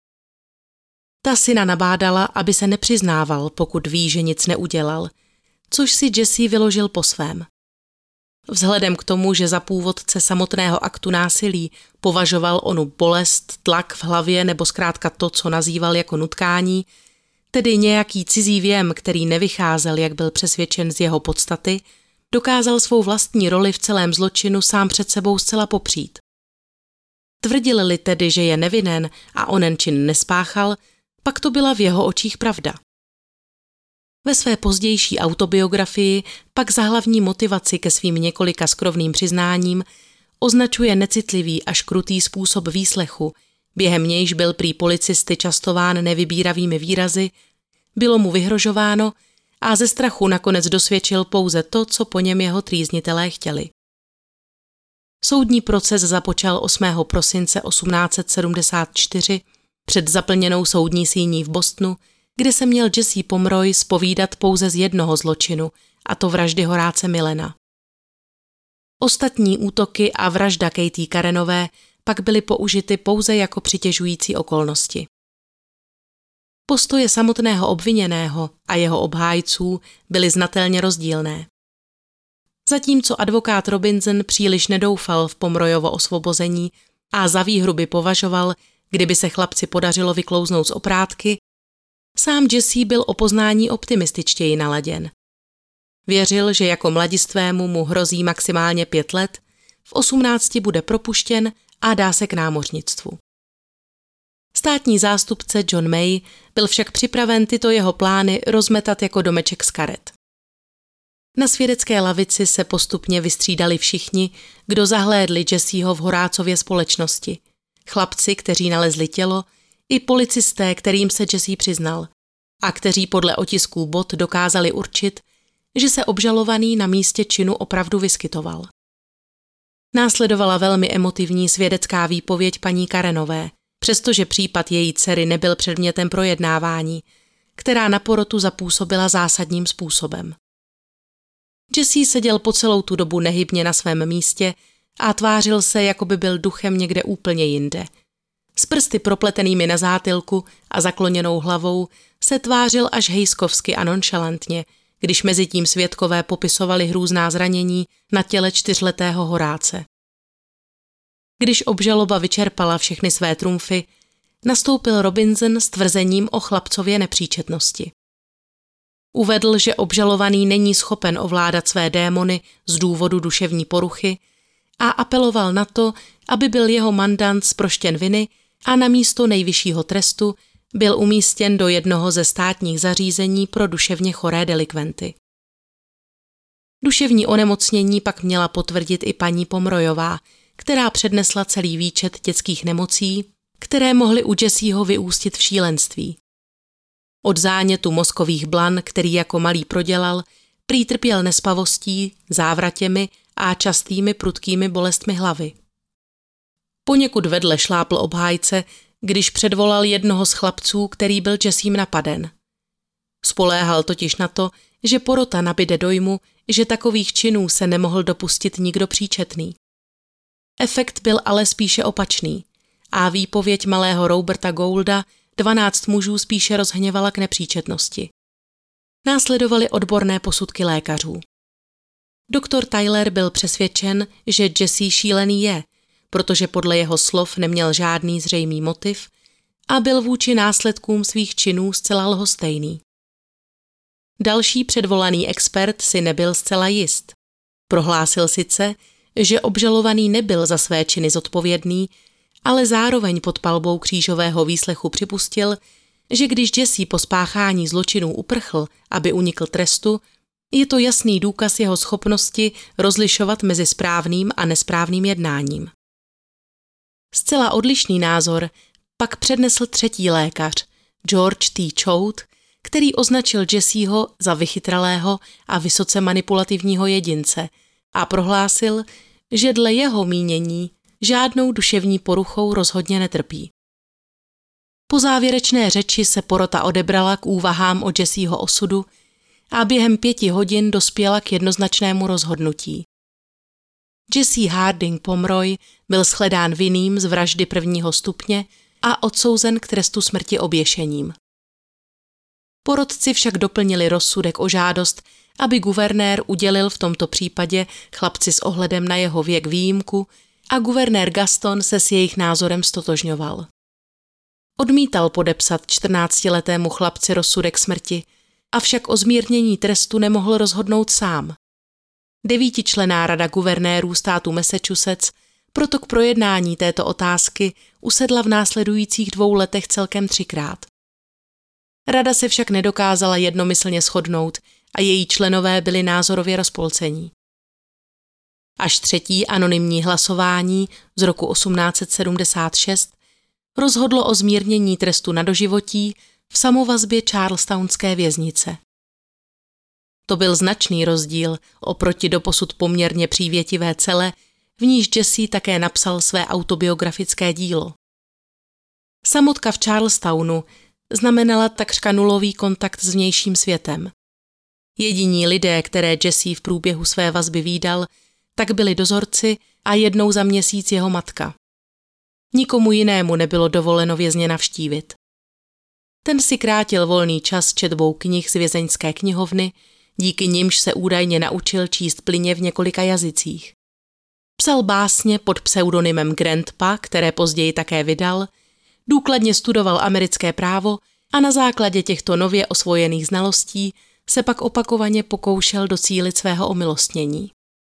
Ta syna nabádala, aby se nepřiznával, pokud ví, že nic neudělal, což si Jessie vyložil po svém. Vzhledem k tomu, že za původce samotného aktu násilí považoval onu bolest, tlak v hlavě nebo zkrátka to, co nazýval jako nutkání, tedy nějaký cizí věm, který nevycházel, jak byl přesvědčen z jeho podstaty, dokázal svou vlastní roli v celém zločinu sám před sebou zcela popřít. Tvrdil-li tedy, že je nevinen a onen čin nespáchal, pak to byla v jeho očích pravda. Ve své pozdější autobiografii pak za hlavní motivaci ke svým několika skrovným přiznáním označuje necitlivý až krutý způsob výslechu, během nějž byl prý policisty častován nevybíravými výrazy, bylo mu vyhrožováno a ze strachu nakonec dosvědčil pouze to, co po něm jeho trýznitelé chtěli. Soudní proces započal 8. prosince 1874 před zaplněnou soudní síní v Bostonu, kde se měl Jesse Pomeroy zpovídat pouze z jednoho zločinu, a to vraždy Horáce Millena. Ostatní útoky a vražda Katie Karenové pak byly použity pouze jako přitěžující okolnosti. Postoje samotného obviněného a jeho obhájců byly znatelně rozdílné. Zatímco advokát Robinson příliš nedoufal v Pomeroyovo osvobození a za výhru by považoval, kdyby se chlapci podařilo vyklouznout z oprátky, sám Jesse byl o poznání optimističtěji naladěn. Věřil, že jako mladistvému mu hrozí maximálně 5 let, v 18 bude propuštěn a dá se k námořnictvu. Státní zástupce John May byl však připraven tyto jeho plány rozmetat jako domeček z karet. Na svědecké lavici se postupně vystřídali všichni, kdo zahlédli Jesseho v Horácově společnosti. Chlapci, kteří nalezli tělo, i policisté, kterým se Jesse přiznal a kteří podle otisků bot dokázali určit, že se obžalovaný na místě činu opravdu vyskytoval. Následovala velmi emotivní svědecká výpověď paní Karenové, přestože případ její dcery nebyl předmětem projednávání, která na porotu zapůsobila zásadním způsobem. Jesse seděl po celou tu dobu nehybně na svém místě a tvářil se, jako by byl duchem někde úplně jinde. S prsty propletenými na zátylku a zakloněnou hlavou se tvářil až hejskovsky a nonšalantně, když mezitím svědkové popisovali hrůzná zranění na těle 4letého Horáce. Když obžaloba vyčerpala všechny své trumfy, nastoupil Robinson s tvrzením o chlapcově nepříčetnosti. Uvedl, že obžalovaný není schopen ovládat své démony z důvodu duševní poruchy a apeloval na to, aby byl jeho mandant zproštěn viny a na místo nejvyššího trestu byl umístěn do jednoho ze státních zařízení pro duševně choré delikventy. Duševní onemocnění pak měla potvrdit i paní Pomeroyová, která přednesla celý výčet dětských nemocí, které mohly u Jesseho vyústit v šílenství. Od zánětu mozkových blan, který jako malý prodělal, prý trpěl nespavostí, závratěmi a častými prudkými bolestmi hlavy. Poněkud vedle šlápl obhájce, když předvolal jednoho z chlapců, který byl Jessem napaden. Spoléhal totiž na to, že porota nabyde dojmu, že takových činů se nemohl dopustit nikdo příčetný. Efekt byl ale spíše opačný a výpověď malého Roberta Goulda 12 mužů spíše rozhněvala k nepříčetnosti. Následovaly odborné posudky lékařů. Doktor Tyler byl přesvědčen, že Jesse šílený je, protože podle jeho slov neměl žádný zřejmý motiv a byl vůči následkům svých činů zcela lhostejný. Další předvolaný expert si nebyl zcela jist. Prohlásil sice, že obžalovaný nebyl za své činy zodpovědný, ale zároveň pod palbou křížového výslechu připustil, že když Jesse po spáchání zločinů uprchl, aby unikl trestu, je to jasný důkaz jeho schopnosti rozlišovat mezi správným a nesprávným jednáním. Zcela odlišný názor pak přednesl třetí lékař, George T. Choate, který označil Jesseho za vychytralého a vysoce manipulativního jedince a prohlásil, že dle jeho mínění žádnou duševní poruchou rozhodně netrpí. Po závěrečné řeči se porota odebrala k úvahám o Jesseho osudu a během 5 hodin dospěla k jednoznačnému rozhodnutí. Jesse Harding Pomeroy byl shledán vinným z vraždy 1. stupně a odsouzen k trestu smrti oběšením. Porotci však doplnili rozsudek o žádost, aby guvernér udělil v tomto případě chlapci s ohledem na jeho věk výjimku a guvernér Gaston se s jejich názorem stotožňoval. Odmítal podepsat 14letému chlapci rozsudek smrti, avšak o zmírnění trestu nemohl rozhodnout sám. 9členná rada guvernérů státu Massachusetts Proto k projednání této otázky usedla v následujících 2 letech celkem 3krát. Rada se však nedokázala jednomyslně shodnout a její členové byli názorově rozpolcení. Až 3. anonymní hlasování z roku 1876 rozhodlo o zmírnění trestu na doživotí v samovazbě Charlestownské věznice. To byl značný rozdíl oproti doposud poměrně přívětivé cele, v níž Jesse také napsal své autobiografické dílo. Samotka v Charlestownu znamenala takřka nulový kontakt s vnějším světem. Jediní lidé, které Jesse v průběhu své vazby vídal, tak byli dozorci a jednou za měsíc jeho matka. Nikomu jinému nebylo dovoleno vězně navštívit. Ten si krátil volný čas četbou knih z vězeňské knihovny, díky nimž se údajně naučil číst plynně v několika jazycích. Psal básně pod pseudonymem Grandpa, které později také vydal, důkladně studoval americké právo a na základě těchto nově osvojených znalostí se pak opakovaně pokoušel docílit svého omilostnění.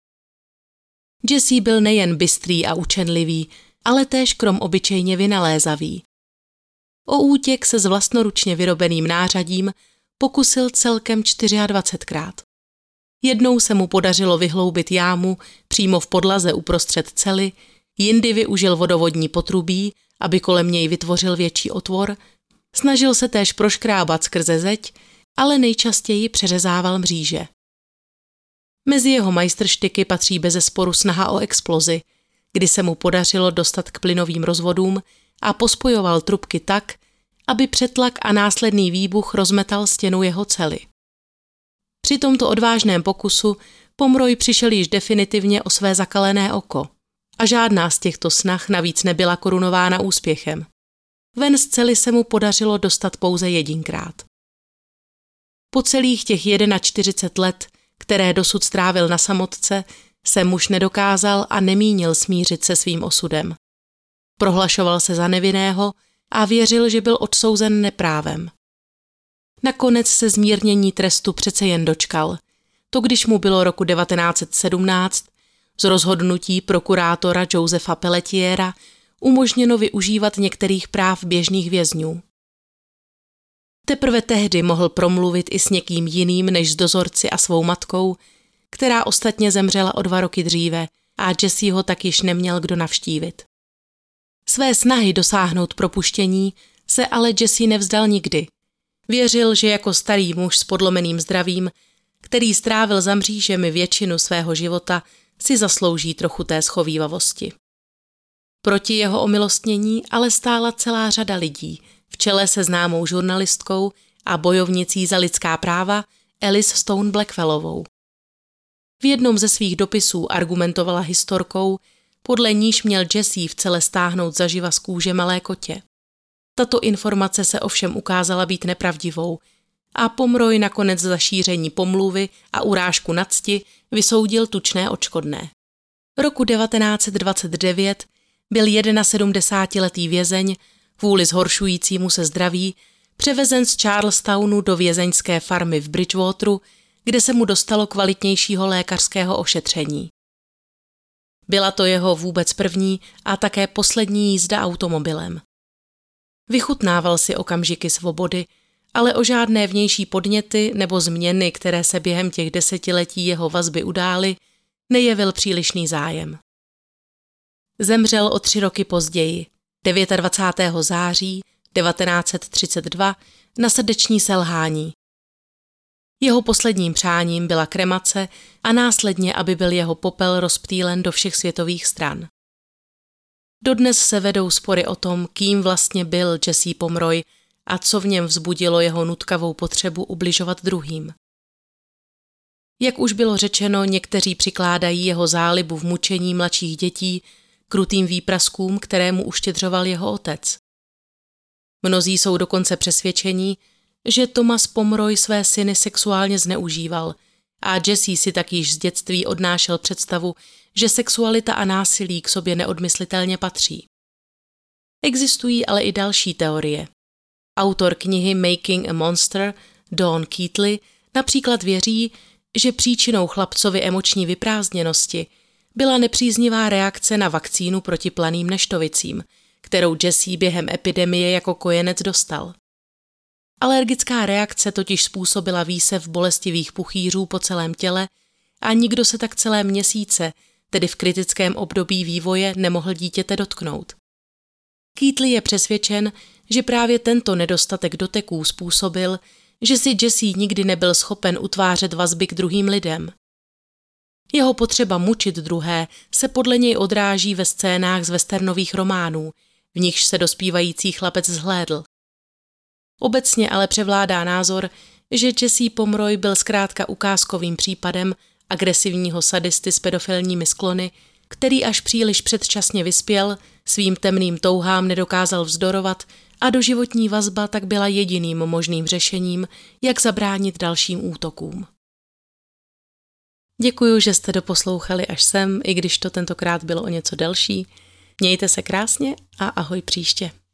Jesse byl nejen bystrý a učenlivý, ale též krom obyčejně vynalézavý. O útěk se s vlastnoručně vyrobeným nářadím pokusil celkem 24krát. Jednou se mu podařilo vyhloubit jámu přímo v podlaze uprostřed cely, jindy využil vodovodní potrubí, aby kolem něj vytvořil větší otvor, snažil se též proškrábat skrze zeď, ale nejčastěji přeřezával mříže. Mezi jeho majstrštyky patří bezesporu snaha o explozi, kdy se mu podařilo dostat k plynovým rozvodům a pospojoval trubky tak, aby přetlak a následný výbuch rozmetal stěnu jeho cely. Při tomto odvážném pokusu Pomeroy přišel již definitivně o své zakalené oko a žádná z těchto snah navíc nebyla korunována úspěchem. Ven z cely se mu podařilo dostat pouze jedinkrát. Po celých těch 41 let, které dosud strávil na samotce, se muž nedokázal a nemínil smířit se svým osudem. Prohlašoval se za nevinného a věřil, že byl odsouzen neprávem. Nakonec se zmírnění trestu přece jen dočkal. To když mu bylo roku 1917 z rozhodnutí prokurátora Josepha Pelletiera umožněno využívat některých práv běžných vězňů. Teprve tehdy mohl promluvit i s někým jiným než s dozorci a svou matkou, která ostatně zemřela o 2 roky dříve a Jesse ho tak již neměl kdo navštívit. Své snahy dosáhnout propuštění se ale Jesse nevzdal nikdy. Věřil, že jako starý muž s podlomeným zdravím, který strávil za mřížemi většinu svého života, si zaslouží trochu té schovívavosti. Proti jeho omilostnění ale stála celá řada lidí, v čele se známou žurnalistkou a bojovnicí za lidská práva Alice Stone Blackwellovou. V jednom ze svých dopisů argumentovala historkou, podle níž měl Jesse v cele stáhnout zaživa z kůže malé kotě. Tato informace se ovšem ukázala být nepravdivou a Pomeroy nakonec za šíření pomluvy a urážku na cti vysoudil tučné odškodné. Roku 1929 byl 71letý vězeň kvůli zhoršujícímu se zdraví převezen z Charlestownu do vězeňské farmy v Bridgewateru, kde se mu dostalo kvalitnějšího lékařského ošetření. Byla to jeho vůbec první a také poslední jízda automobilem. Vychutnával si okamžiky svobody, ale o žádné vnější podněty nebo změny, které se během těch 10letí jeho vazby udály, nejevil přílišný zájem. Zemřel o 3 roky později, 29. září 1932, na srdeční selhání. Jeho posledním přáním byla kremace a následně, aby byl jeho popel rozptýlen do všech světových stran. Dodnes se vedou spory o tom, kým vlastně byl Jesse Pomeroy a co v něm vzbudilo jeho nutkavou potřebu ubližovat druhým. Jak už bylo řečeno, někteří přikládají jeho zálibu v mučení mladších dětí krutým výpraskům, které mu uštědřoval jeho otec. Mnozí jsou dokonce přesvědčení, že Thomas Pomeroy své syny sexuálně zneužíval a Jesse si tak již z dětství odnášel představu, že sexualita a násilí k sobě neodmyslitelně patří. Existují ale i další teorie. Autor knihy Making a Monster, Don Keatley, například věří, že příčinou chlapcovy emoční vyprázdněnosti byla nepříznivá reakce na vakcínu proti planým neštovicím, kterou Jesse během epidemie jako kojenec dostal. Alergická reakce totiž způsobila výsev bolestivých puchýřů po celém těle a nikdo se tak celé měsíce, tedy v kritickém období vývoje, nemohl dítěte dotknout. Keighley je přesvědčen, že právě tento nedostatek doteků způsobil, že si Jesse nikdy nebyl schopen utvářet vazby k druhým lidem. Jeho potřeba mučit druhé se podle něj odráží ve scénách z westernových románů, v nichž se dospívající chlapec zhlédl. Obecně ale převládá názor, že Jesse Pomeroy byl zkrátka ukázkovým případem agresivního sadisty s pedofilními sklony, který až příliš předčasně vyspěl, svým temným touhám nedokázal vzdorovat a doživotní vazba tak byla jediným možným řešením, jak zabránit dalším útokům. Děkuju, že jste doposlouchali až sem, i když to tentokrát bylo o něco delší. Mějte se krásně a ahoj příště.